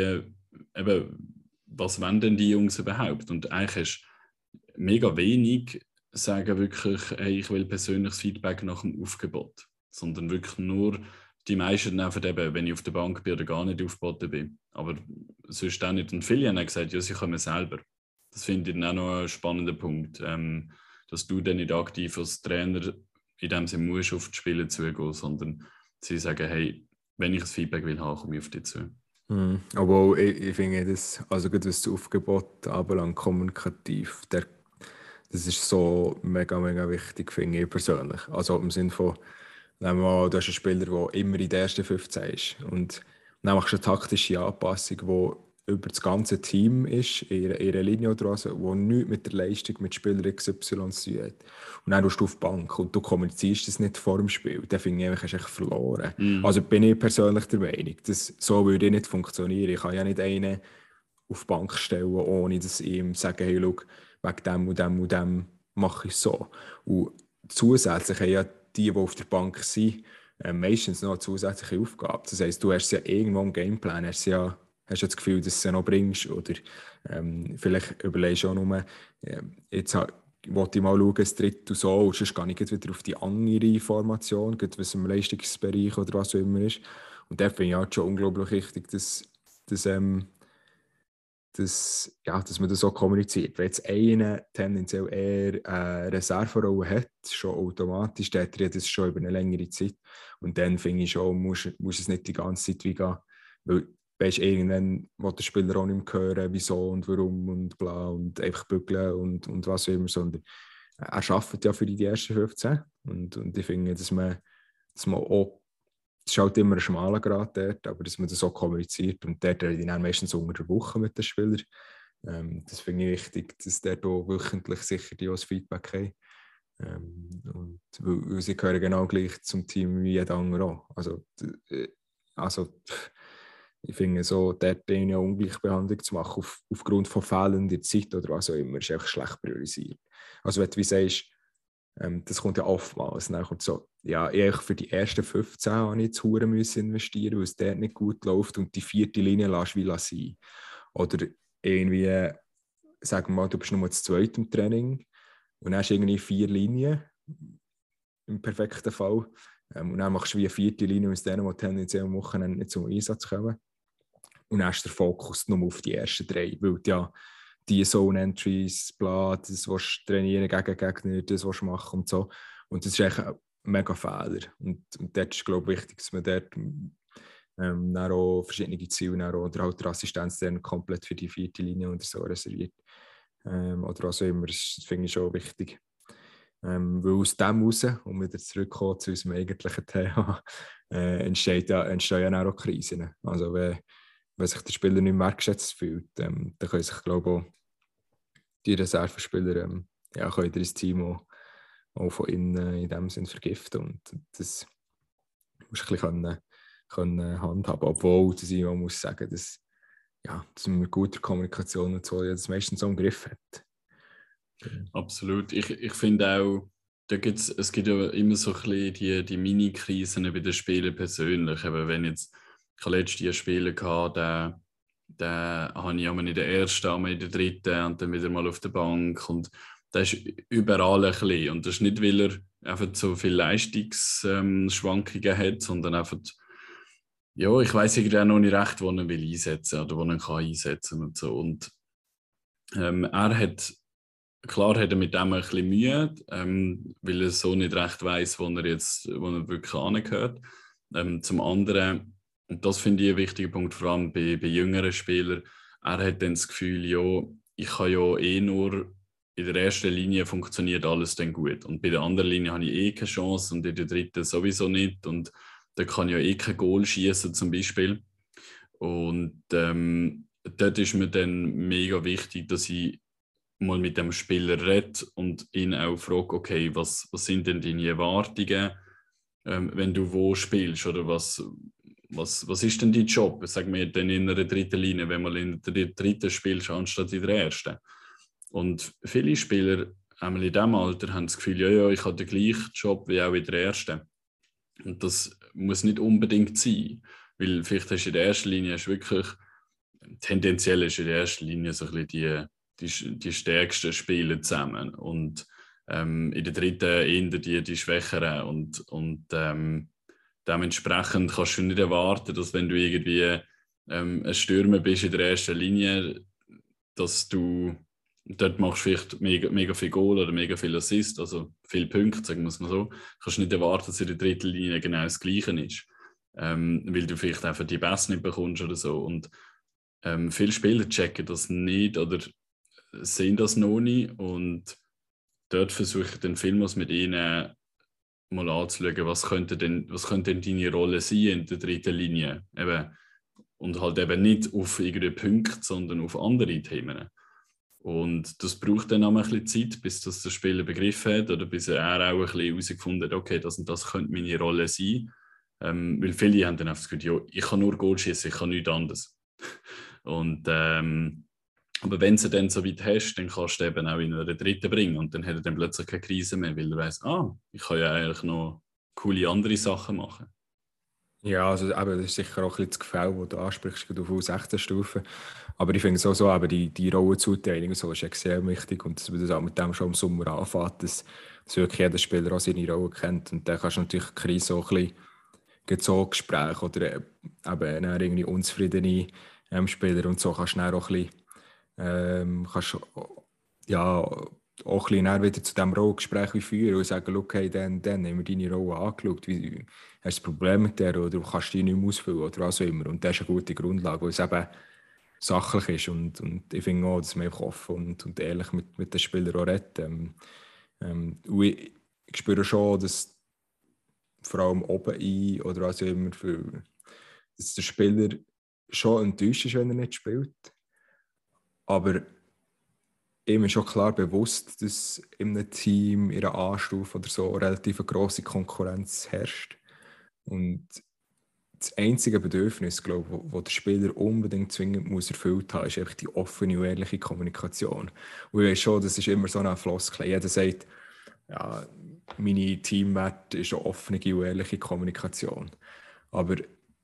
eben, was wollen denn die Jungs überhaupt? Und eigentlich hast du mega wenig sagen wirklich, hey, ich will persönliches Feedback nach dem Aufgebot, sondern wirklich nur die meisten einfach eben, wenn ich auf der Bank bin oder gar nicht aufgeboten bin. Aber sonst auch nicht. Und viele haben gesagt, ja, sie kommen selber. Das finde ich dann auch noch einen spannenden Punkt, dass du dann nicht aktiv als Trainer in dem Sinne musst auf die Spieler zugehen, sondern sie sagen, hey, wenn ich ein Feedback will haben, komme ich auf dich zu. Aber ich finde das, also gerade was das Aufgebot anbelangt, kommunikativ, das ist so mega, mega wichtig, finde ich persönlich. Also im Sinne von, nehmen wir mal, du hast einen Spieler, der immer in den ersten 15 ist und dann machst du eine taktische Anpassung, die über das ganze Team ist, in ihrer Linie oder so, die nichts mit der Leistung, mit Spieler XY zu tun hat. Und dann gehst du auf die Bank und du kommunizierst das nicht vor dem Spiel. Dann finde ich, hast du echt verloren. Also bin ich persönlich der Meinung, dass so würde ich nicht funktionieren. Ich kann ja nicht einen auf die Bank stellen, ohne dass ich ihm sage, hey, schau, wegen dem und dem und dem mache ich so. Und zusätzlich haben ja die auf der Bank sind, meistens noch eine zusätzliche Aufgabe. Das heisst, du hast ja irgendwo im Gameplan, hast ja das Gefühl, dass du es noch bringst. Oder vielleicht überlegst du auch nur, jetzt wollte ich mal schauen, es tritt und so, und sonst gehe ich wieder auf die andere Formation, was im Leistungsbereich oder was auch immer ist. Und da finde ich halt schon unglaublich wichtig, dass man das so kommuniziert. Wenn jetzt einer tendenziell eher eine Reserverolle hat, schon automatisch, dann hat er das schon über eine längere Zeit. Und dann finde ich schon, muss es nicht die ganze Zeit wie gehen. Weil, weißt, irgendwann will der Spieler auch nicht mehr hören, wieso und warum und bla und einfach bügeln und was auch immer, sondern er arbeitet ja für die ersten 15. Und ich finde, dass man auch, es ist halt immer ein schmaler Grad dort, aber dass man das auch kommuniziert. Und dort rede ich dann meistens unter der Woche mit den Spielern. Das finde ich wichtig, dass dort auch wöchentlich sicher die auch das Feedback haben. Und weil sie gehören genau gleich zum Team wie jeder andere auch. Also ich finde, so dort eine Ungleichbehandlung zu machen aufgrund von fehlender Zeit oder was auch immer, ist einfach schlecht priorisiert. Also wenn du wie sagst, das kommt ja oftmals. Dann kommt so, ja, ich für die ersten 15 habe ich jetzt Huren investieren, weil es dort nicht gut läuft und die 4. Linie lässt wie sein. Oder irgendwie, sagen wir mal, du bist nur das 2. im Training und dann hast du irgendwie 4 Linien, im perfekten Fall. Und dann machst du wie eine 4. Linie aus denen, die tendenziell am Wochenende nicht zum Einsatz kommen. Und dann hast du den Fokus nur auf die ersten 3, weil ja die Zone-Entries, bla, das, was du trainieren gegen Gegner, das, was du machen und so. Und das ist eigentlich ein mega Fehler. Und dort ist, glaube ich, wichtig, dass man dort dann auch verschiedene Ziele oder halt der Assistenz dann komplett für die 4. Linie oder so reserviert. Oder was auch immer, das finde ich schon wichtig. Weil aus dem raus, um wieder zurückzukommen zu unserem eigentlichen Thema, entstehen ja auch Krisen. Also wenn sich der Spieler nicht mehr wertgeschätzt fühlt, dann können sich, glaube ich, auch die Reservespieler können das Team auch von innen in dem Sinn vergiften. Und das musst du ein bisschen können handhaben. Obwohl ich auch muss sagen, dass man mit guter Kommunikation und so das meistens so im Griff hat. Absolut. Ich finde auch, es gibt ja immer so ein bisschen die Mini-Krisen bei den Spielern persönlich. Eben wenn jetzt, ich habe letztes Jahr Spiele gehabt, den habe ich einmal in der ersten, einmal in der dritten und dann wieder mal auf der Bank. Und das ist überall ein bisschen. Und das ist nicht, weil er einfach so viele Leistungsschwankungen hat, sondern einfach, ja, ich weiß irgendwie auch noch nicht recht, wo er will einsetzen oder wo er kann einsetzen und so. Und er hat, klar hat er mit dem ein bisschen Mühe, weil er so nicht recht weiss, wo er wirklich angehört. Zum anderen, und das finde ich ein wichtiger Punkt, vor allem bei jüngeren Spielern, er hat dann das Gefühl, ja, ich kann ja eh nur, in der ersten Linie funktioniert alles dann gut. Und bei der anderen Linie habe ich eh keine Chance und in der dritten sowieso nicht. Und da kann ich ja eh kein Goal schießen zum Beispiel. Und dort ist mir dann mega wichtig, dass ich mal mit dem Spieler rede und ihn auch frage, okay, was sind denn deine Erwartungen, wenn du wo spielst, oder was ist denn dein Job? Sagen wir dann in einer dritten Linie, wenn man in der dritten spielst, anstatt in der ersten. Und viele Spieler, einmal in diesem Alter, haben das Gefühl, ja, ich habe den gleichen Job wie auch in der ersten. Und das muss nicht unbedingt sein, weil vielleicht hast du in der ersten Linie wirklich, tendenziell ist in der ersten Linie so ein bisschen die stärksten Spieler zusammen und in der dritten eher die Schwächeren und dementsprechend kannst du nicht erwarten, dass wenn du irgendwie ein Stürmer bist in der ersten Linie, dass du dort machst vielleicht mega viel Goal oder mega viel Assist, also viele Punkte, sagen wir es mal so. Du kannst nicht erwarten, dass in der dritten Linie genau das Gleiche ist, weil du vielleicht einfach die Pässe nicht bekommst oder so. Und viele Spieler checken das nicht oder sehen das noch nicht und dort versuche ich den Film mit ihnen mal anzuschauen, was könnte denn deine Rolle sein in der dritten Linie. Eben, und halt eben nicht auf irgendeinen Punkt, sondern auf andere Themen. Und das braucht dann auch ein bisschen Zeit, bis das der Spieler begriffen hat oder bis er auch ein bisschen herausgefunden hat, okay, das und das könnte meine Rolle sein. Weil viele haben dann einfach das Gefühl, ja, ich kann nur Goal schießen, ich kann nichts anderes. Und aber wenn du dann so weit hast, dann kannst du eben auch in einer dritten bringen und dann hat er dann plötzlich keine Krise mehr, weil er weiss, ich kann ja eigentlich noch coole andere Sachen machen. Ja, also eben, das ist sicher auch ein bisschen das Gefälle, das du ansprichst, gerade auf U16-Stufe. Aber ich finde es auch so, aber die Rollenzuteilung so ist extrem wichtig und dass man das auch mit dem schon im Sommer anfängt, dass wirklich jeder Spieler auch seine Rolle kennt. Und dann kannst du natürlich die Krise auch ein bisschen so Gespräche oder eben dann irgendwie unzufriedene Spieler und so kannst du dann auch ein bisschen, ja, auch ein bisschen wieder zu diesem Rollgespräch führen und sagen, okay, dann haben wir deine Rolle angeschaut, wie, hast du ein Problem mit der oder kannst du die nicht mehr ausfüllen oder was auch immer. Und das ist eine gute Grundlage, weil es eben sachlich ist und ich finde auch, dass man einfach offen und ehrlich mit den Spielern auch redet. Und ich spüre schon, dass vor allem oben ein oder was auch immer, dass der Spieler schon enttäuscht ist, wenn er nicht spielt. Aber ihm ist schon klar bewusst, dass in einem Team, in einer A-Stufe oder so, relativ eine grosse Konkurrenz herrscht. Und das einzige Bedürfnis, glaube ich, das der Spieler unbedingt zwingend muss erfüllt haben, ist einfach die offene und ehrliche Kommunikation. Und ich weiß schon, das ist immer so eine Floskel. Jeder sagt, ja, meine Teamwerte ist eine offene und ehrliche Kommunikation. Aber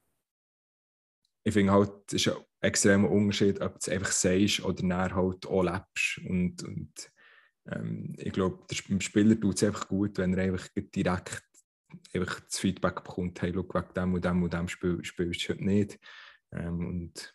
ich finde halt, es ist ein extremer Unterschied, ob du es einfach sagst oder dann halt auch lebst. Und ich glaube, dem Spieler tut es einfach gut, wenn er einfach direkt einfach das Feedback bekommt, hey, schau, wegen dem und dem und dem spielst du heute nicht. Und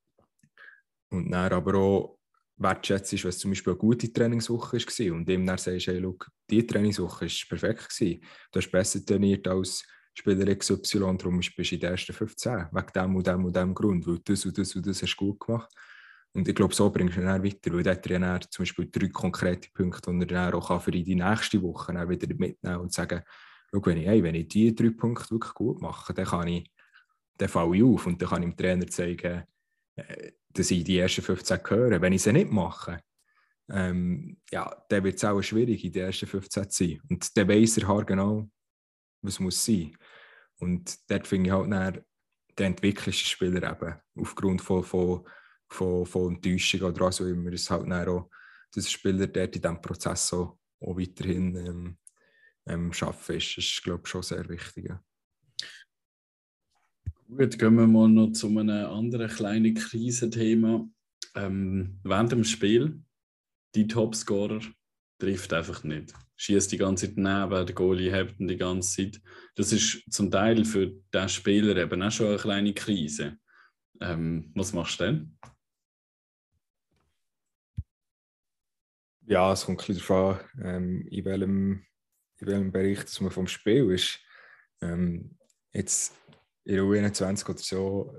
dann aber auch wertschätzt, wenn es zum Beispiel eine gute Trainingswoche war und ihm dann sagst, hey, schau, die Trainingswoche war perfekt gewesen. Du hast besser trainiert als Spieler XY, darum bist du in den ersten 15, wegen dem und dem und dem Grund, weil das und das und das hast du gut gemacht. Und ich glaube, so bringst du ihn dann weiter, weil dort hat er dann zum Beispiel 3 konkrete Punkte, die er dann auch für die nächste Woche dann wieder mitnehmen und sagen, schau, wenn ich diese 3 Punkte wirklich gut mache, dann falle ich auf und dann kann ich dem Trainer zeigen, dass ich die ersten 15 höre. Wenn ich sie nicht mache, dann wird es auch schwierig, in den ersten 15 zu sein. Und dann weiss er halt genau, was muss sein. Und dort finde ich halt dann, der entwickelste Spieler eben aufgrund von Enttäuschung oder was auch immer, ist halt dann auch, dass der Spieler dort in diesem Prozess auch weiterhin schaffen ist, glaube ich, schon sehr wichtig. Ja. Gut, gehen wir mal noch zu einem anderen kleinen Krisenthema. Während dem Spiel, die Topscorer trifft einfach nicht. Schießt die ganze Zeit daneben, der Goalie hebt ihn die ganze Zeit. Das ist zum Teil für den Spieler eben auch schon eine kleine Krise. Was machst du denn? Ja, es kommt ein bisschen darauf an, in welchem Bereich das man vom Spiel ist. Jetzt in der U21 oder so,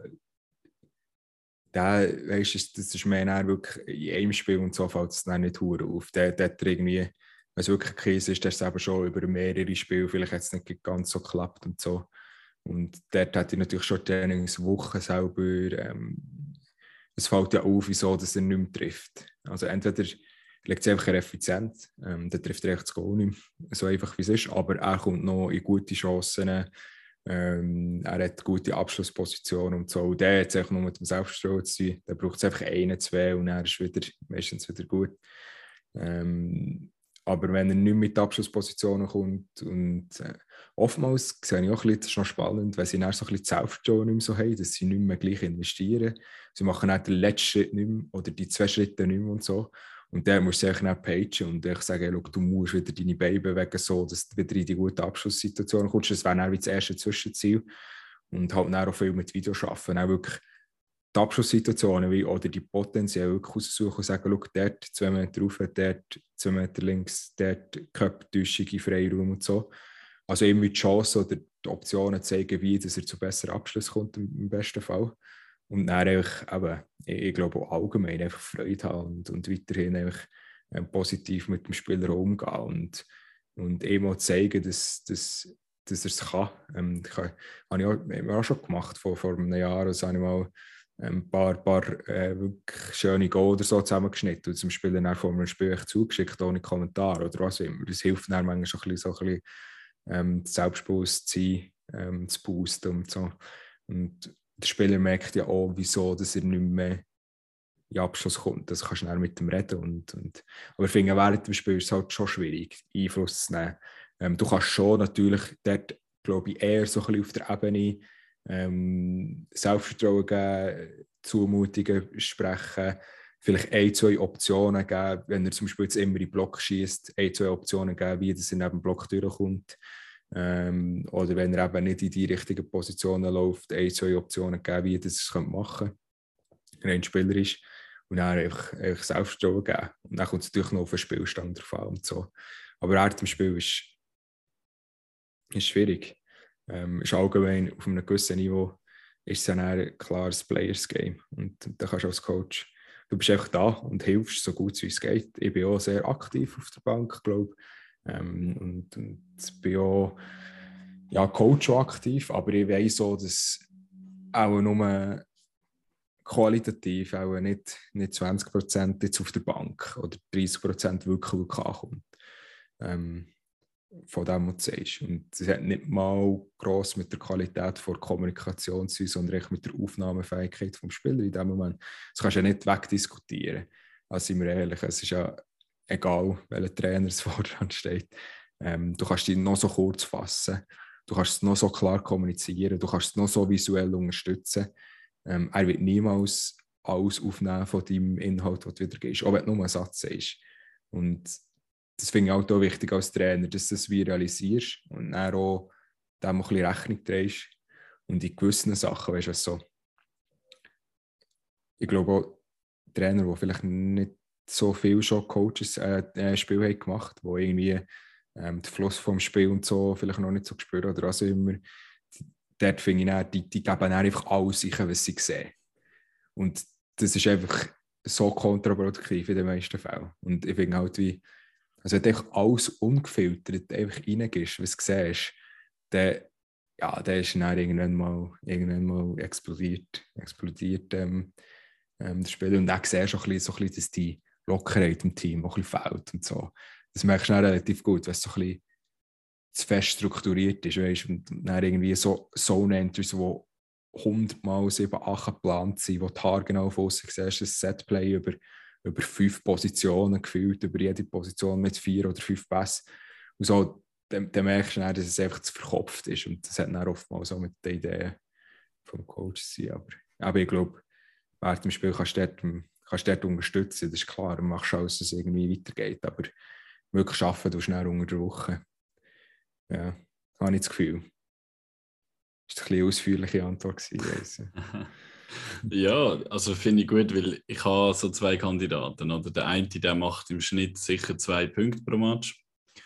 das ist mehr wirklich in einem Spiel und so fällt es dann nicht hure auf. Der irgendwie, wenn es wirklich eine Krise ist, der ist es eben schon über mehrere Spiele, vielleicht hat es nicht ganz so geklappt und so. Und dort hat er natürlich schon die Trainingswoche selber, es fällt ja auf, wieso dass er nicht mehr trifft. Also entweder liegt es einfach effizient, dann trifft er echt das Goal nicht mehr, so einfach wie es ist, aber er kommt noch in gute Chancen, er hat gute Abschlusspositionen und so. Und der hat es einfach nur mit dem Selbstvertrauen zu tun. Der braucht es einfach 1, 2 und er ist meistens wieder gut. Aber wenn er nicht mit Abschlusspositionen kommt und oftmals sehe ich auch ein bisschen, das ist noch spannend, weil sie dann so ein bisschen das Selbstvertrauen nicht mehr so haben, dass sie nicht mehr gleich investieren. Sie machen auch den letzten Schritt nicht mehr oder die 2 Schritte nicht mehr und so. Und der muss sich dann pagen und ich sage, hey, du musst wieder deine Beine bewegen, so, dass du wieder in die gute Abschlusssituation kommst. Das wäre dann wie das erste Zwischenziel. Und halt dann auch viel mit Video arbeiten, auch wirklich die Abschlusssituationen oder die potenziell wirklich aussuchen und sagen, schau, dort 2 Meter rauf, dort 2 Meter links, dort Köpftäuschung in Freiraum und so. Also irgendwie die Chance oder die Optionen zeigen, wie dass er zu besseren Abschluss kommt im besten Fall. Und dann einfach, eben, ich glaube auch allgemein einfach Freude haben und weiterhin einfach positiv mit dem Spieler umgehen und ihm auch zeigen, dass er es kann. Habe ich auch schon gemacht vor einem Jahr. Also habe ich mal ein paar wirklich schöne Goal oder so zusammengeschnitten und zum Spieler dann vor einem Spiel echt zugeschickt, ohne Kommentar oder was immer. Das hilft dann manchmal schon ein bisschen das Selbstbewusstsein zu boosten und so. Und der Spieler merkt ja auch, wieso dass er nicht mehr in Abschluss kommt. Das kannst du dann mit ihm reden. Aber ich finde, während dem Spiel ist es halt schon schwierig, Einfluss zu nehmen. Du kannst schon natürlich dort, glaube ich, eher so ein bisschen auf der Ebene Selbstvertrauen geben, Zumutungen sprechen, vielleicht 1, 2 Optionen geben, wenn er zum Beispiel jetzt immer in den Block schießt, 1, 2 Optionen geben, wie das in den Block durchkommt. Oder wenn er eben nicht in die richtigen Positionen läuft, 1, 2 Optionen geben, wie er das machen könnte, rein spielerisch. Und dann einfach Selbstvertrauen geben. Und dann kommt es natürlich noch auf den Spielstand drauf an und so. Aber während dem Spiel ist schwierig. Ist allgemein auf einem gewissen Niveau ist es dann ein klares Players-Game. Und da kannst du als Coach, du bist einfach da und hilfst so gut wie es geht. Ich bin auch sehr aktiv auf der Bank, glaube ich. Und bin auch Coach auch aktiv, aber ich weiss so, dass auch nur qualitativ auch nicht 20% jetzt auf der Bank oder 30% wirklich ankommt. Von dem, was du sagst. Und es hat nicht mal gross mit der Qualität der Kommunikation zu tun, sondern echt mit der Aufnahmefähigkeit des Spielers in dem Moment. Das kannst du ja nicht wegdiskutieren. Also sind wir ehrlich, es ist ja egal, welcher Trainer es vor dir steht. Du kannst dich noch so kurz fassen, du kannst es noch so klar kommunizieren, du kannst es noch so visuell unterstützen. Er wird niemals alles aufnehmen von deinem Inhalt, den du wiedergibst, auch wenn du nur einen Satz sagst. Und das finde ich auch wichtig als Trainer, dass du das realisierst und dann auch dem ein bisschen Rechnung trägst. Und in gewissen Sachen, weißt du, so. Ich glaube auch Trainer, die vielleicht nicht so viel schon Coaches Spiel haben gemacht, die irgendwie den Fluss vom Spiel und so vielleicht noch nicht so spüren oder was immer. Dort finde ich dann, die geben dann einfach alles sicher, was sie sehen. Und das ist einfach so kontraproduktiv in den meisten Fällen. Und ich finde halt, also wenn du alles ungefiltert einfach reingehst, was du siehst, dann ist dann irgendwann mal explodiert das Spiel. Und dann siehst du auch ein bisschen, dass die Lockerheit im Team auch ein bisschen fehlt und so. Das merkst du dann relativ gut, wenn es so ein bisschen zu fest strukturiert ist, weißt? Und dann irgendwie so Zone-Entries, die 100 x 7, 8 geplant sind, wo du haargenau auf aussen siehst, ein Setplay über 5 Positionen gefühlt, über jede Position mit 4 oder 5 Pässen. Und so, dann merkst du dann, dass es einfach zu verkopft ist. Und das hat dann oftmals auch mit den Ideen vom Coach zu sein. Aber ich glaube, während dem Spiel kannst du dort unterstützen. Das ist klar, du machst alles, dass es irgendwie weitergeht. Aber wirklich arbeiten du schnell unter der Woche. Ja, habe ich das Gefühl. Das war eine bisschen ausführliche Antwort. Ja, also finde ich gut, weil ich habe so 2 Kandidaten. Oder? Der eine, der macht im Schnitt sicher 2 Punkte pro Match.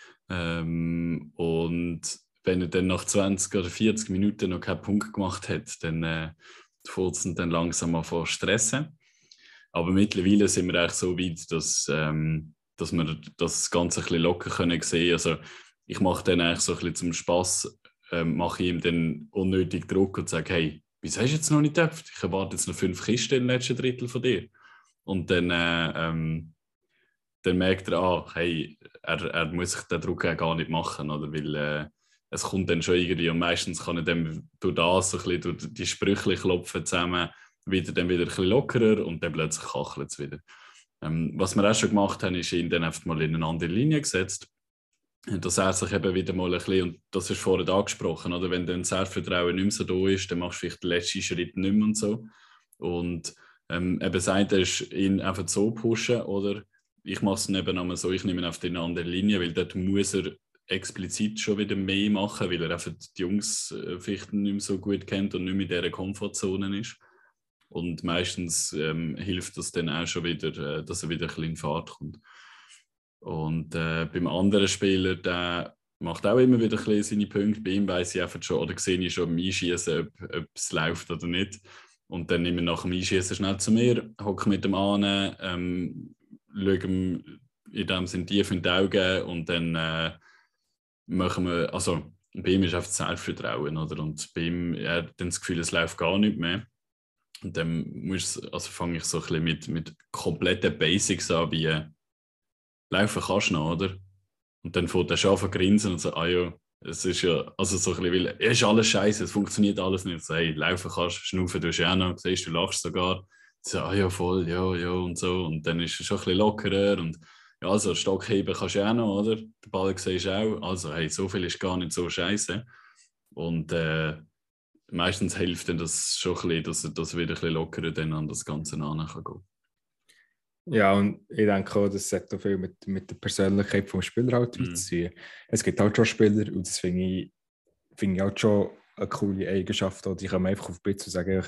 Und wenn er dann nach 20 oder 40 Minuten noch keinen Punkt gemacht hat, dann fängt es dann langsam an zu stressen. Aber mittlerweile sind wir eigentlich so weit, dass wir das Ganze ein bisschen locker können sehen. Also ich mache dann eigentlich so ein bisschen zum Spass, mache ich ihm dann unnötig Druck und sage, hey, wieso hast du jetzt noch nicht getöpft? Ich erwarte jetzt noch 5 Kisten im letzten Drittel von dir. Und dann merkt er, hey, er muss sich den Druck gar nicht machen, oder? Weil es kommt dann schon irgendwie, und meistens kann er dann durch das, so ein bisschen, durch die Sprüche klopfen zusammen, dann wieder ein bisschen lockerer und dann plötzlich kachelt es wieder. Was wir auch schon gemacht haben, ist ihn dann einfach mal in eine andere Linie gesetzt, dass er sich eben wieder mal ein bisschen, und das ist vorhin angesprochen, oder? Wenn dann das Selbstvertrauen nicht mehr so da ist, dann machst du vielleicht den letzten Schritt nicht mehr und so. Und eben sagt er, ist ihn einfach so pushen, oder ich mache es eben einmal so, ich nehme ihn auf die andere Linie, weil dort muss er explizit schon wieder mehr machen, weil er einfach die Jungs vielleicht nicht mehr so gut kennt und nicht mehr in dieser Komfortzone ist. Und meistens hilft das dann auch schon wieder, dass er wieder ein bisschen in Fahrt kommt. Und beim anderen Spieler, der macht auch immer wieder ein bisschen seine Punkte. Bei ihm weiss ich einfach schon, oder sehe ich schon im Einschießen, ob es läuft oder nicht. Und dann nehme ich nach dem Einschießen schnell zu mir, hocke mit dem an, schaue ihm in dem Sinne tief in die Augen und dann machen wir, also bei ihm ist einfach das Selbstvertrauen, oder? Und bei ihm hat er dann das Gefühl, es läuft gar nicht mehr. Und dann fange ich so ein bisschen mit kompletten Basics an, wie laufen kannst du noch, oder? Und dann fängt er schon an zu grinsen und so, ja, es ist ja, also so ein bisschen, weil es ist alles scheiße, es funktioniert alles nicht. So, hey, laufen kannst, schnaufen tust du auch noch, siehst du, lachst sogar. So, ja, voll, ja, und so. Und dann ist es schon ein bisschen lockerer und ja, also Stock heben kannst du auch noch, oder? Den Ball siehst du auch. Also, hey, so viel ist gar nicht so scheiße. Und meistens hilft dann das schon ein bisschen, dass er wieder ein bisschen lockerer dann an das Ganze heran kann gehen. Ja, und ich denke auch, das hat auch viel mit der Persönlichkeit des Spielers halt zu tun. Es gibt halt schon Spieler, und das finde ich halt schon eine coole Eigenschaft, die kommen einfach auf die Blitz und sagen,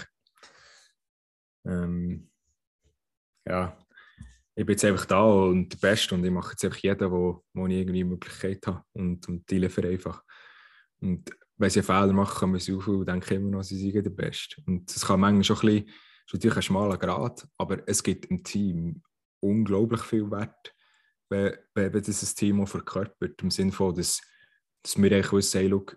ja, ich bin jetzt einfach da und der Beste und ich mache jetzt einfach jeden, wo ich irgendwie eine Möglichkeit habe und die liefere einfach. Und wenn sie einen Fehler machen, kann man sie auf und denken immer noch, sie seien der Beste. Und das kann manchmal schon ein bisschen, ist natürlich ein schmaler Grad, aber es gibt im Team unglaublich viel Wert, wenn das ein Team auch verkörpert, im Sinne von, dass wir eigentlich wissen, hey, look,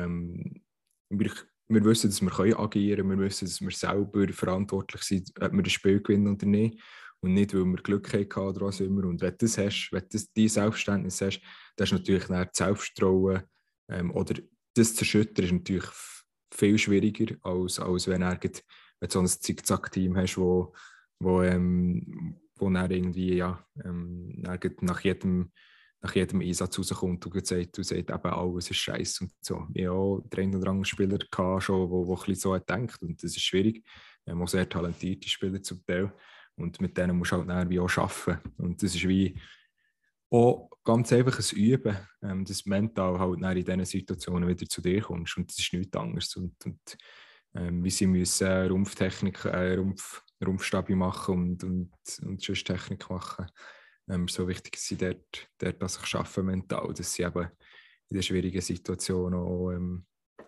wir wissen, dass wir agieren können, wir wissen, dass wir selber verantwortlich sind, ob wir das Spiel gewinnen oder nicht. Und nicht, weil wir Glück hatten oder was immer. Und wenn du das hast, wenn du dieses Selbstverständnis hast, dann ist natürlich das Selbstvertrauen oder das zu erschüttern, ist natürlich viel schwieriger, als wenn du so ein Zickzack-Team hast, wo dann irgendwie nach jedem Einsatz rauskommt und sagt eben, alles ist scheiße und so. Ja, der ein oder andere Spieler hatte schon, der ein bisschen so denkt und das ist schwierig. Auch sehr talentierte Spieler zum Teil und mit denen musst du halt dann wie auch arbeiten. Und das ist wie auch ganz einfach ein Üben, dass mental halt in diesen Situationen wieder zu dir kommst und das ist nichts anderes. Und wie sie müssen Rumpftechnik, Rumpfstabi machen und sonst Technik machen. So wichtig ist sie dort dass ich arbeite mental, dass sie eben in der schwierigen Situation in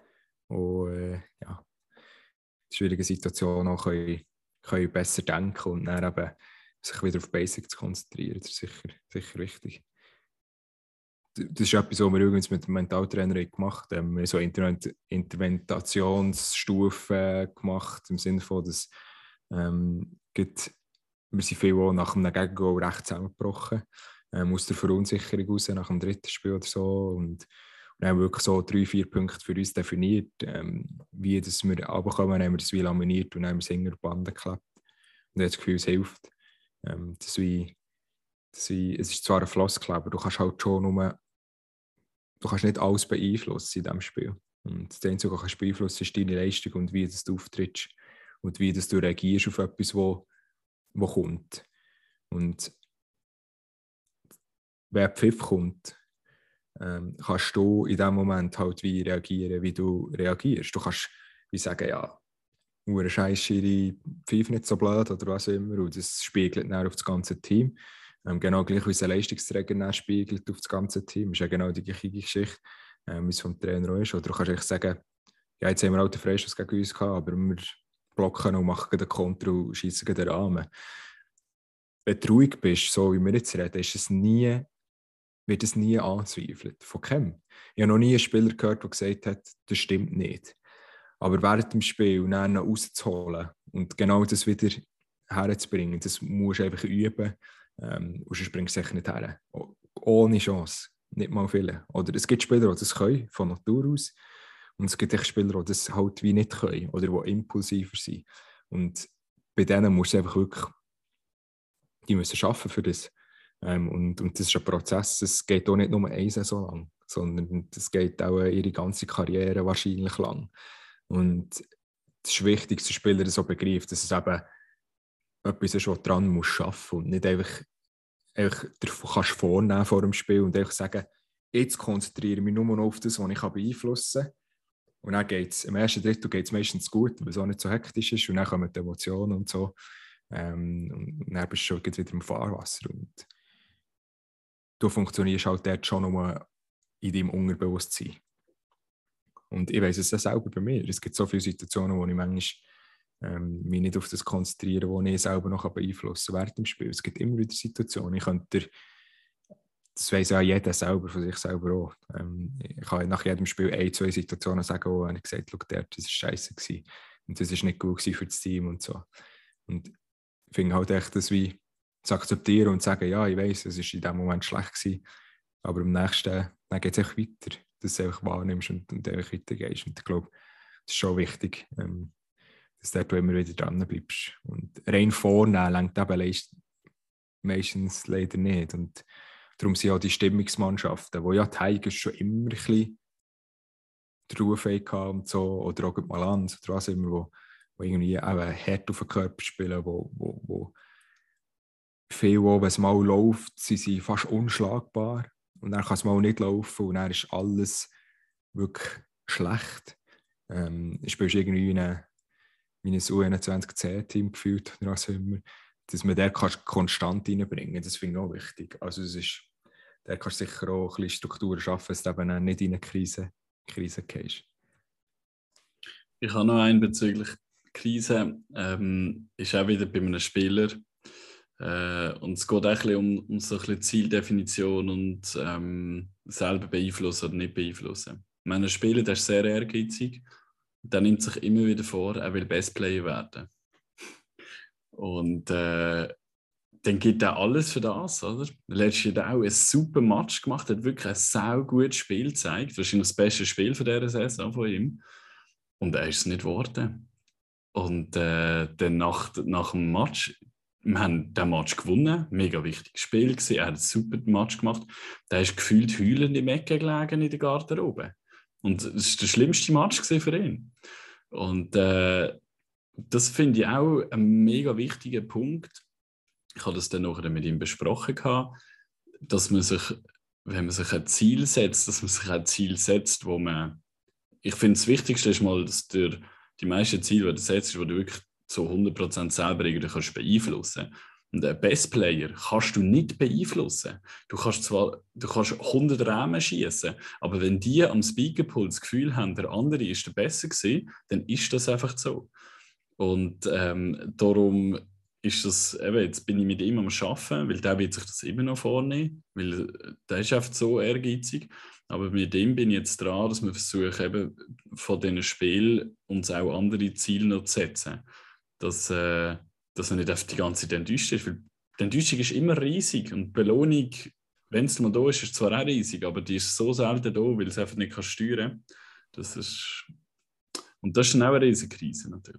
schwierigen Situationen auch können besser denken und dann eben sich wieder auf Basics zu konzentrieren. Das ist sicher wichtig. Das ist etwas, was wir übrigens mit dem Mentaltrainer gemacht haben. Wir haben so Interventationsstufen gemacht, im Sinne von, dass wir sind viel auch nach einem Gegengoal recht zusammengebrochen, aus der Verunsicherung raus, nach dem dritten Spiel oder so. Und wir haben wirklich so 3-4 Punkte für uns definiert, wie dass wir runterkommen, haben wir das wie laminiert und haben wir es hinter die Bande geklebt. Und ich habe das Gefühl, es hilft. Es ist zwar ein Floskel, aber du kannst halt schon nur du kannst nicht alles beeinflussen in diesem Spiel. Und das Einzige, was du beeinflussen kannst, ist deine Leistung und wie du auftrittst und wie du reagierst auf etwas, wo kommt. Und wenn ein Pfiff kommt, kannst du in dem Moment halt wie reagieren, wie du reagierst. Du kannst wie sagen, ja, nur ein Scheiß-Schiri, Pfiff nicht so blöd oder was immer, und das spiegelt dann auf das ganze Team. Genau gleich wie es ein Leistungsträger dann spiegelt auf das ganze Team. Das ist ja genau die gleiche Geschichte, wie es vom Trainer auch ist. Oder du kannst eigentlich sagen, ja, jetzt haben wir halt den Freischuss gegen uns gehabt, aber wir blocken und machen den Konter und schießen den Rahmen. Wenn du ruhig bist, so wie wir jetzt reden, wird es nie angezweifelt. Von keinem. Ich habe noch nie einen Spieler gehört, der gesagt hat, das stimmt nicht. Aber während dem Spiel dann noch rauszuholen und genau das wieder herzubringen, das musst du einfach üben. Und sonst bringst du es nicht her. Ohne Chance. Nicht mal viele. Oder es gibt Spieler, die das können, von Natur aus. Und es gibt Spieler, die das halt wie nicht können oder die impulsiver sind. Und bei denen musst du einfach wirklich, die müssen arbeiten für das. Und das ist ein Prozess. Es geht auch nicht nur eine Saison lang, sondern es geht auch ihre ganze Karriere wahrscheinlich lang. Und es ist wichtig, dass der Spieler das so begreift, dass es eben etwas ist, was du dran musst arbeiten und nicht einfach kannst vornehmen vor dem Spiel und einfach sagen, jetzt konzentriere ich mich nur noch auf das, was ich beeinflussen kann. Und dann geht es, im ersten Drittel geht es meistens gut, weil es auch nicht so hektisch ist und dann kommen die Emotionen und so. Und dann bist du schon wieder im Fahrwasser. Und du funktionierst halt dort schon nur in deinem Unterbewusstsein. Und ich weiss es ja selber bei mir. Es gibt so viele Situationen, wo ich manchmal mich nicht auf das konzentriere, wo ich selber noch beeinflussen kann während dem Spiel. Es gibt immer wieder Situationen. Das weiss ja jeder selber von sich selber auch. Ich kann nach jedem Spiel 1-2 Situationen sagen, wo ich gesagt habe, das war scheiße gewesen. Und das war nicht gut für das Team und so. Und ich finde halt echt, das wie zu akzeptieren und zu sagen, ja, ich weiss, es war in dem Moment schlecht gewesen, aber im nächsten, dann geht es einfach weiter, dass du einfach wahrnimmst und einfach weitergehst. Und ich glaube, das ist schon wichtig, dass du immer wieder dran bleibst. Und rein vornehmen längt eben meistens leider nicht. Und darum sind auch die Stimmungsmannschaften, wo ja die Tigers schon immer ein bisschen den Ruf hatten und so, oder auch Malanz oder was immer, wo irgendwie auch hart auf den Körper spielen, wo viel, wenn es mal läuft, sind sie fast unschlagbar. Und dann kann es mal nicht laufen und dann ist alles wirklich schlecht. Spielst irgendwie wie ein U21-C-Team gefühlt oder was immer, dass man den konstant reinbringen kann. Das finde ich auch wichtig. Also der kannst du sicher auch ein bisschen Strukturen schaffen, dass du eben nicht in eine Krise gehst. Ich habe noch einen bezüglich Krise. Ist auch wieder bei einem Spieler. Und es geht auch ein bisschen um so ein bisschen Zieldefinition und selber beeinflussen oder nicht beeinflussen. Ein Spieler, der ist sehr ehrgeizig. Der nimmt sich immer wieder vor, er will Bestplayer werden. Und dann gibt er alles für das, oder? Letztes Jahr auch ein super Match gemacht, hat wirklich ein sehr gutes Spiel gezeigt. Wahrscheinlich das beste Spiel von dieser Saison von ihm. Und er ist es nicht geworden. Und dann nach dem Match, wir haben den Match gewonnen, mega wichtiges Spiel gewesen, er hat ein super Match gemacht. Der ist gefühlt heulend im Ecke gelegen in der Garderobe. Und es war der schlimmste Match für ihn. Und das finde ich auch ein mega wichtiger Punkt. Ich habe das dann nachher mit ihm besprochen, dass man sich, wenn man sich ein Ziel setzt, wo man... Ich finde, das Wichtigste ist mal, dass du die meisten Ziele, die du setzt, die du wirklich zu 100% selber irgendwie kannst beeinflussen. Und einen Bestplayer kannst du nicht beeinflussen. Du kannst 100 Rahmen schießen, aber wenn die am Speakerpool das Gefühl haben, der andere ist der Besser gewesen, dann ist das einfach so. Und darum ist das, jetzt bin ich mit ihm am Arbeiten, weil der wird sich das immer noch vornehmen, weil der ist einfach so ehrgeizig. Aber mit dem bin ich jetzt dran, dass wir versuchen, eben von diesen Spielen uns auch andere Ziele noch zu setzen. Dass er nicht auf die ganze Zeit enttäuscht ist. Weil die Enttäuschung ist immer riesig und die Belohnung, wenn es mal da ist, ist zwar auch riesig, aber die ist so selten da, weil es einfach nicht steuern kann. Und das ist dann auch eine riesige Krise natürlich.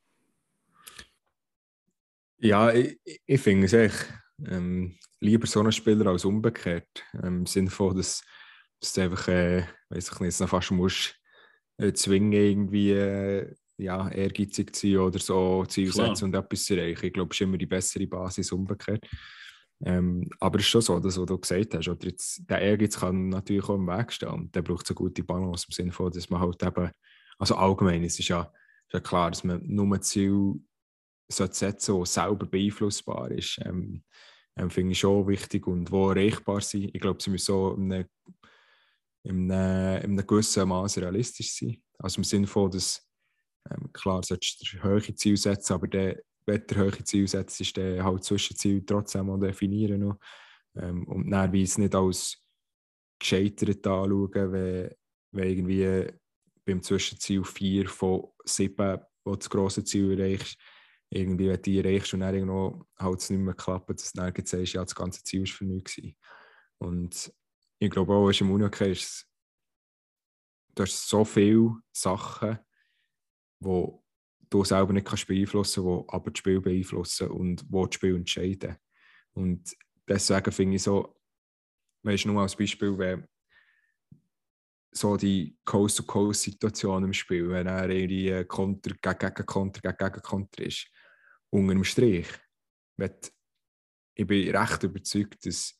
Ja, ich finde es echt lieber so einen Spieler als umgekehrt. Im Sinne von, dass dass du einfach, weiss ich nicht, noch fast musst zwingen, irgendwie ehrgeizig zu sein oder so Ziel setzen und etwas zu erreichen. Ich glaube, es ist immer die bessere Basis umgekehrt. Aber es ist schon so, das, was du gesagt hast. Oder jetzt, der Ehrgeiz kann natürlich auch im Weg stehen. Und der braucht so eine gute Balance im Sinne von, dass man halt eben, also allgemein, es ist ja klar, dass man nur ein Ziel setzen, das selber beeinflussbar ist. Finde ich schon wichtig und wo erreichbar sind. Ich glaube, sie müssen so in einem gewissen Maß realistisch sein. Also im Sinne von, dass klar, solltest du hohe Ziele setzen, aber wenn du hohe Ziele setzt, ist der halt Zwischenziel trotzdem auch definieren noch. Und dann wie es nicht als gescheitert anschauen, wenn irgendwie beim Zwischenziel 4 von 7, wo du das grosse Ziel erreichst, irgendwie, wenn du die erreichst und dann irgendwo halt es nicht mehr klappt, dass du dann sagst, ja, das ganze Ziel war für nichts gewesen. Und ich glaube auch, im Unihockey ist du hast so viele Sachen, die du selber nicht kannst beeinflussen kannst, die aber das Spiel beeinflussen und die das Spiel entscheiden. Und deswegen finde ich so, weißt du, nur als Beispiel, wenn so die Coast-to-Coast-Situation im Spiel, wenn er irgendwie Konter gegen Konter ist, unter dem Strich, ich bin recht überzeugt, dass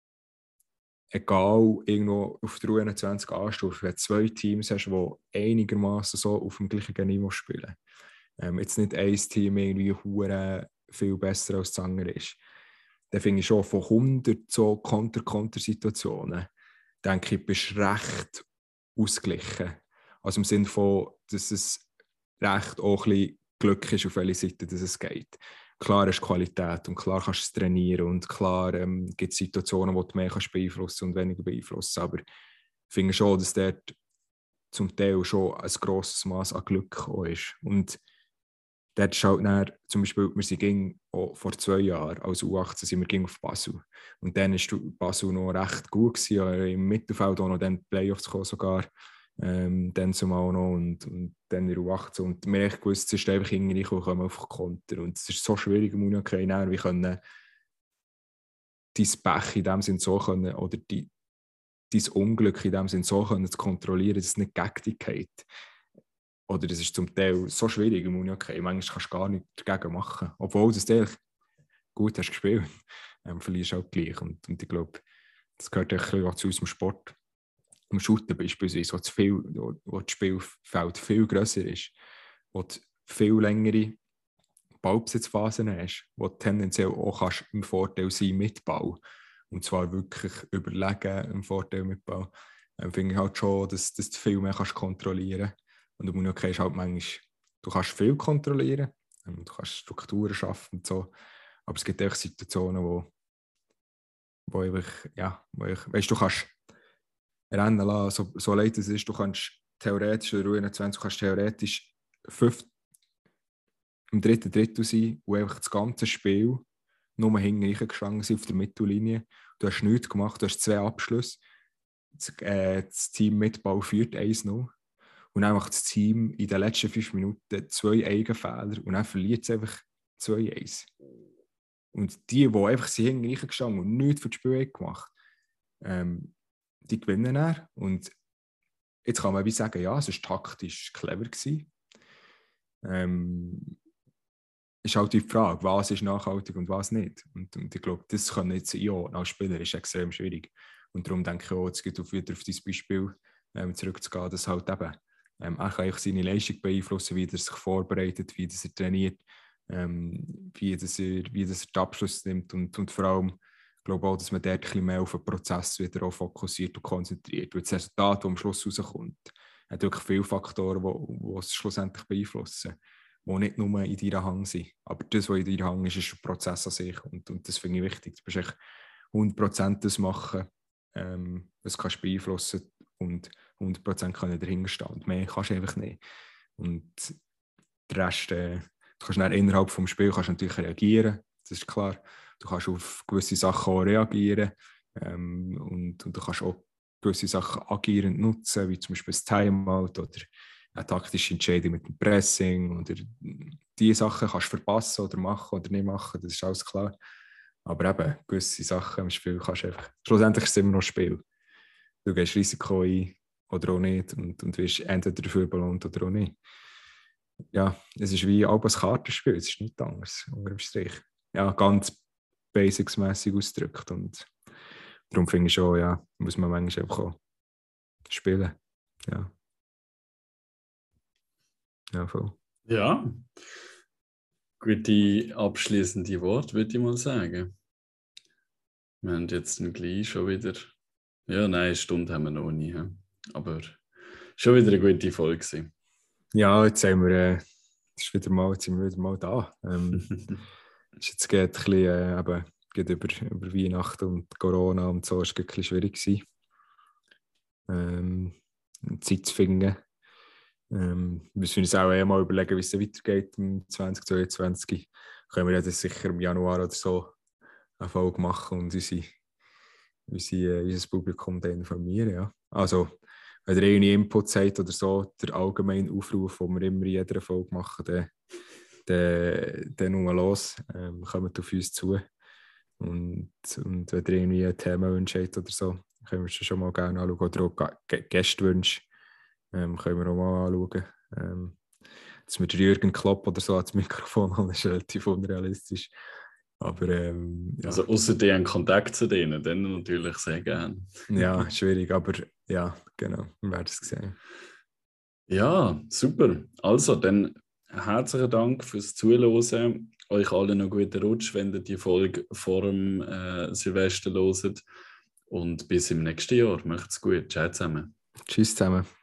egal irgendwo auf der U21 anstufst, wenn du 2 Teams hast, die einigermaßen so auf dem gleichen Niveau spielen, jetzt nicht ein Team irgendwie hure viel besser als das andere ist, dann finde ich schon von 100 so Konter-Konter-Situationen, denke ich, bist du recht ausgeglichen. Also im Sinne von, dass es recht auch ein bisschen Glück ist, auf welche Seite dass es geht. Klar hast du Qualität und klar kannst du es trainieren und klar gibt es Situationen, wo du mehr kannst beeinflussen und weniger beeinflussen. Aber ich finde schon, dass dort zum Teil schon ein grosses Maß an Glück auch ist. Und dort ist halt dann, zum Beispiel, wir sind vor 2 Jahren, als U18, sind wir auf Basel. Und dann war Basel noch recht gut gewesen, im Mittelfeld auch noch dann die Playoffs gekommen sogar. Dann zumal noch und dann in der U18. Und wir haben echt gewusst, es ist einfach irgendwie kommen auf Konter. Und es ist so schwierig im Unihockey, wie können dein Pech in dem Sinn so können, oder dein Unglück in dem Sinn so können zu kontrollieren, dass es nicht gegen dich geht. Oder das ist zum Teil so schwierig im Unihockey. Manchmal kannst du gar nichts dagegen machen. Obwohl du es gut hast gespielt, verlierst du auch gleich. Und ich glaube, das gehört auch zu unserem Sport. Im Shooten beispielsweise, wo das Spielfeld viel grösser ist, wo du viel längere Ballbesitzphasen hast, wo du tendenziell auch kannst im Vorteil sein mit Ball. Und zwar wirklich überlegen im Vorteil mit Ball. Finde ich halt schon, dass du viel mehr kannst kontrollieren kannst. Und du musst okay, halt manchmal, du kannst viel kontrollieren, du kannst Strukturen schaffen und so. Aber es gibt auch Situationen, wo weißt du, kannst rennen lassen, so leid es ist, du kannst theoretisch, oder U21, du kannst theoretisch im dritten Drittel sein, wo einfach das ganze Spiel nur hinten reingestanden sind auf der Mittellinie. Du hast nichts gemacht, du hast 2 Abschlüsse. Das Team mit Ball führt 1-0. Und dann macht das Team in den letzten 5 Minuten 2 Eigenfehler und dann verliert es einfach 2-1. Und die einfach hinten reingestanden und nichts für das Spiel gemacht haben, die gewinnen dann. Und jetzt kann man wie sagen, ja, es war taktisch clever gewesen. Ist halt die Frage, was ist nachhaltig und was nicht. Und ich glaube, das kann jetzt als Spieler ist extrem schwierig. Und darum denke ich auch, jetzt geht wieder auf dieses Beispiel zurückzugehen, dass halt eben er kann seine Leistung beeinflussen, wie er sich vorbereitet, wie er trainiert, wie er den Abschluss nimmt und vor allem ich glaube auch, dass man dort ein bisschen mehr auf den Prozess wieder auch fokussiert und konzentriert. Weil das Resultat, das am Schluss rauskommt, hat wirklich viele Faktoren, die es schlussendlich beeinflussen, die nicht nur in deiner Hand sind. Aber das, was in deiner Hand ist ein Prozess an sich. Und das finde ich wichtig. Du musst echt 100% das machen, das kannst du beeinflussen und 100% können dahinter stehen. Und mehr kannst du einfach nicht. Und der Rest, du kannst dann innerhalb des Spiels natürlich reagieren, das ist klar. Du kannst auf gewisse Sachen auch reagieren und du kannst auch gewisse Sachen agierend nutzen, wie zum Beispiel das Timeout oder eine taktische Entscheidung mit dem Pressing. Oder diese Sachen kannst du verpassen oder machen oder nicht machen, das ist alles klar. Aber eben, gewisse Sachen im Spiel kannst du einfach... Schlussendlich ist es immer noch ein Spiel. du gehst Risiko ein oder auch nicht und wirst entweder dafür belohnt oder auch nicht. Ja, es ist wie auch ein Kartenspiel, es ist nichts anderes, unter dem Strich. Ja, ganz basicsmässig ausgedrückt und darum finde ich schon, ja, muss man manchmal einfach auch spielen. Ja. Ja, voll. Ja, gute abschließende Worte, würde ich mal sagen. Wir haben jetzt gleich schon wieder. Ja, nein, eine Stunde haben wir noch nie. Aber schon wieder eine gute Folge gewesen. Ja, jetzt sind wir wieder mal da. Jetzt geht es ein bisschen, eben, geht über Weihnachten und Corona und so, ist es ein bisschen schwierig gewesen. Zeit zu finden. Wir müssen uns auch mal überlegen, wie es weitergeht im 2022. Können wir das sicher im Januar oder so eine Folge machen und unser Publikum dann informieren. Ja. Also, wenn ihr irgendeine Inputs habt oder so, der allgemeine Aufruf, den wir immer in jeder Folge machen, dann nur los, kommt auf uns zu. Und wenn ihr irgendwie ein Themenwünsche habt oder so, können wir es schon mal gerne anschauen. Oder auch Gästewünsche können wir auch mal anschauen. Dass wir Jürgen Klopp oder so als Mikrofon haben, ist relativ unrealistisch. Aber, ja. Also außer die haben Kontakt zu denen, dann natürlich sehr gerne. Ja, schwierig, aber ja, genau, wir werden es sehen. Ja, super. Also, dann herzlichen Dank fürs Zuhören. Euch allen noch guten Rutsch, wenn ihr die Folge vor dem Silvester hört. Und bis im nächsten Jahr. Macht's gut. Ciao zusammen. Tschüss zusammen.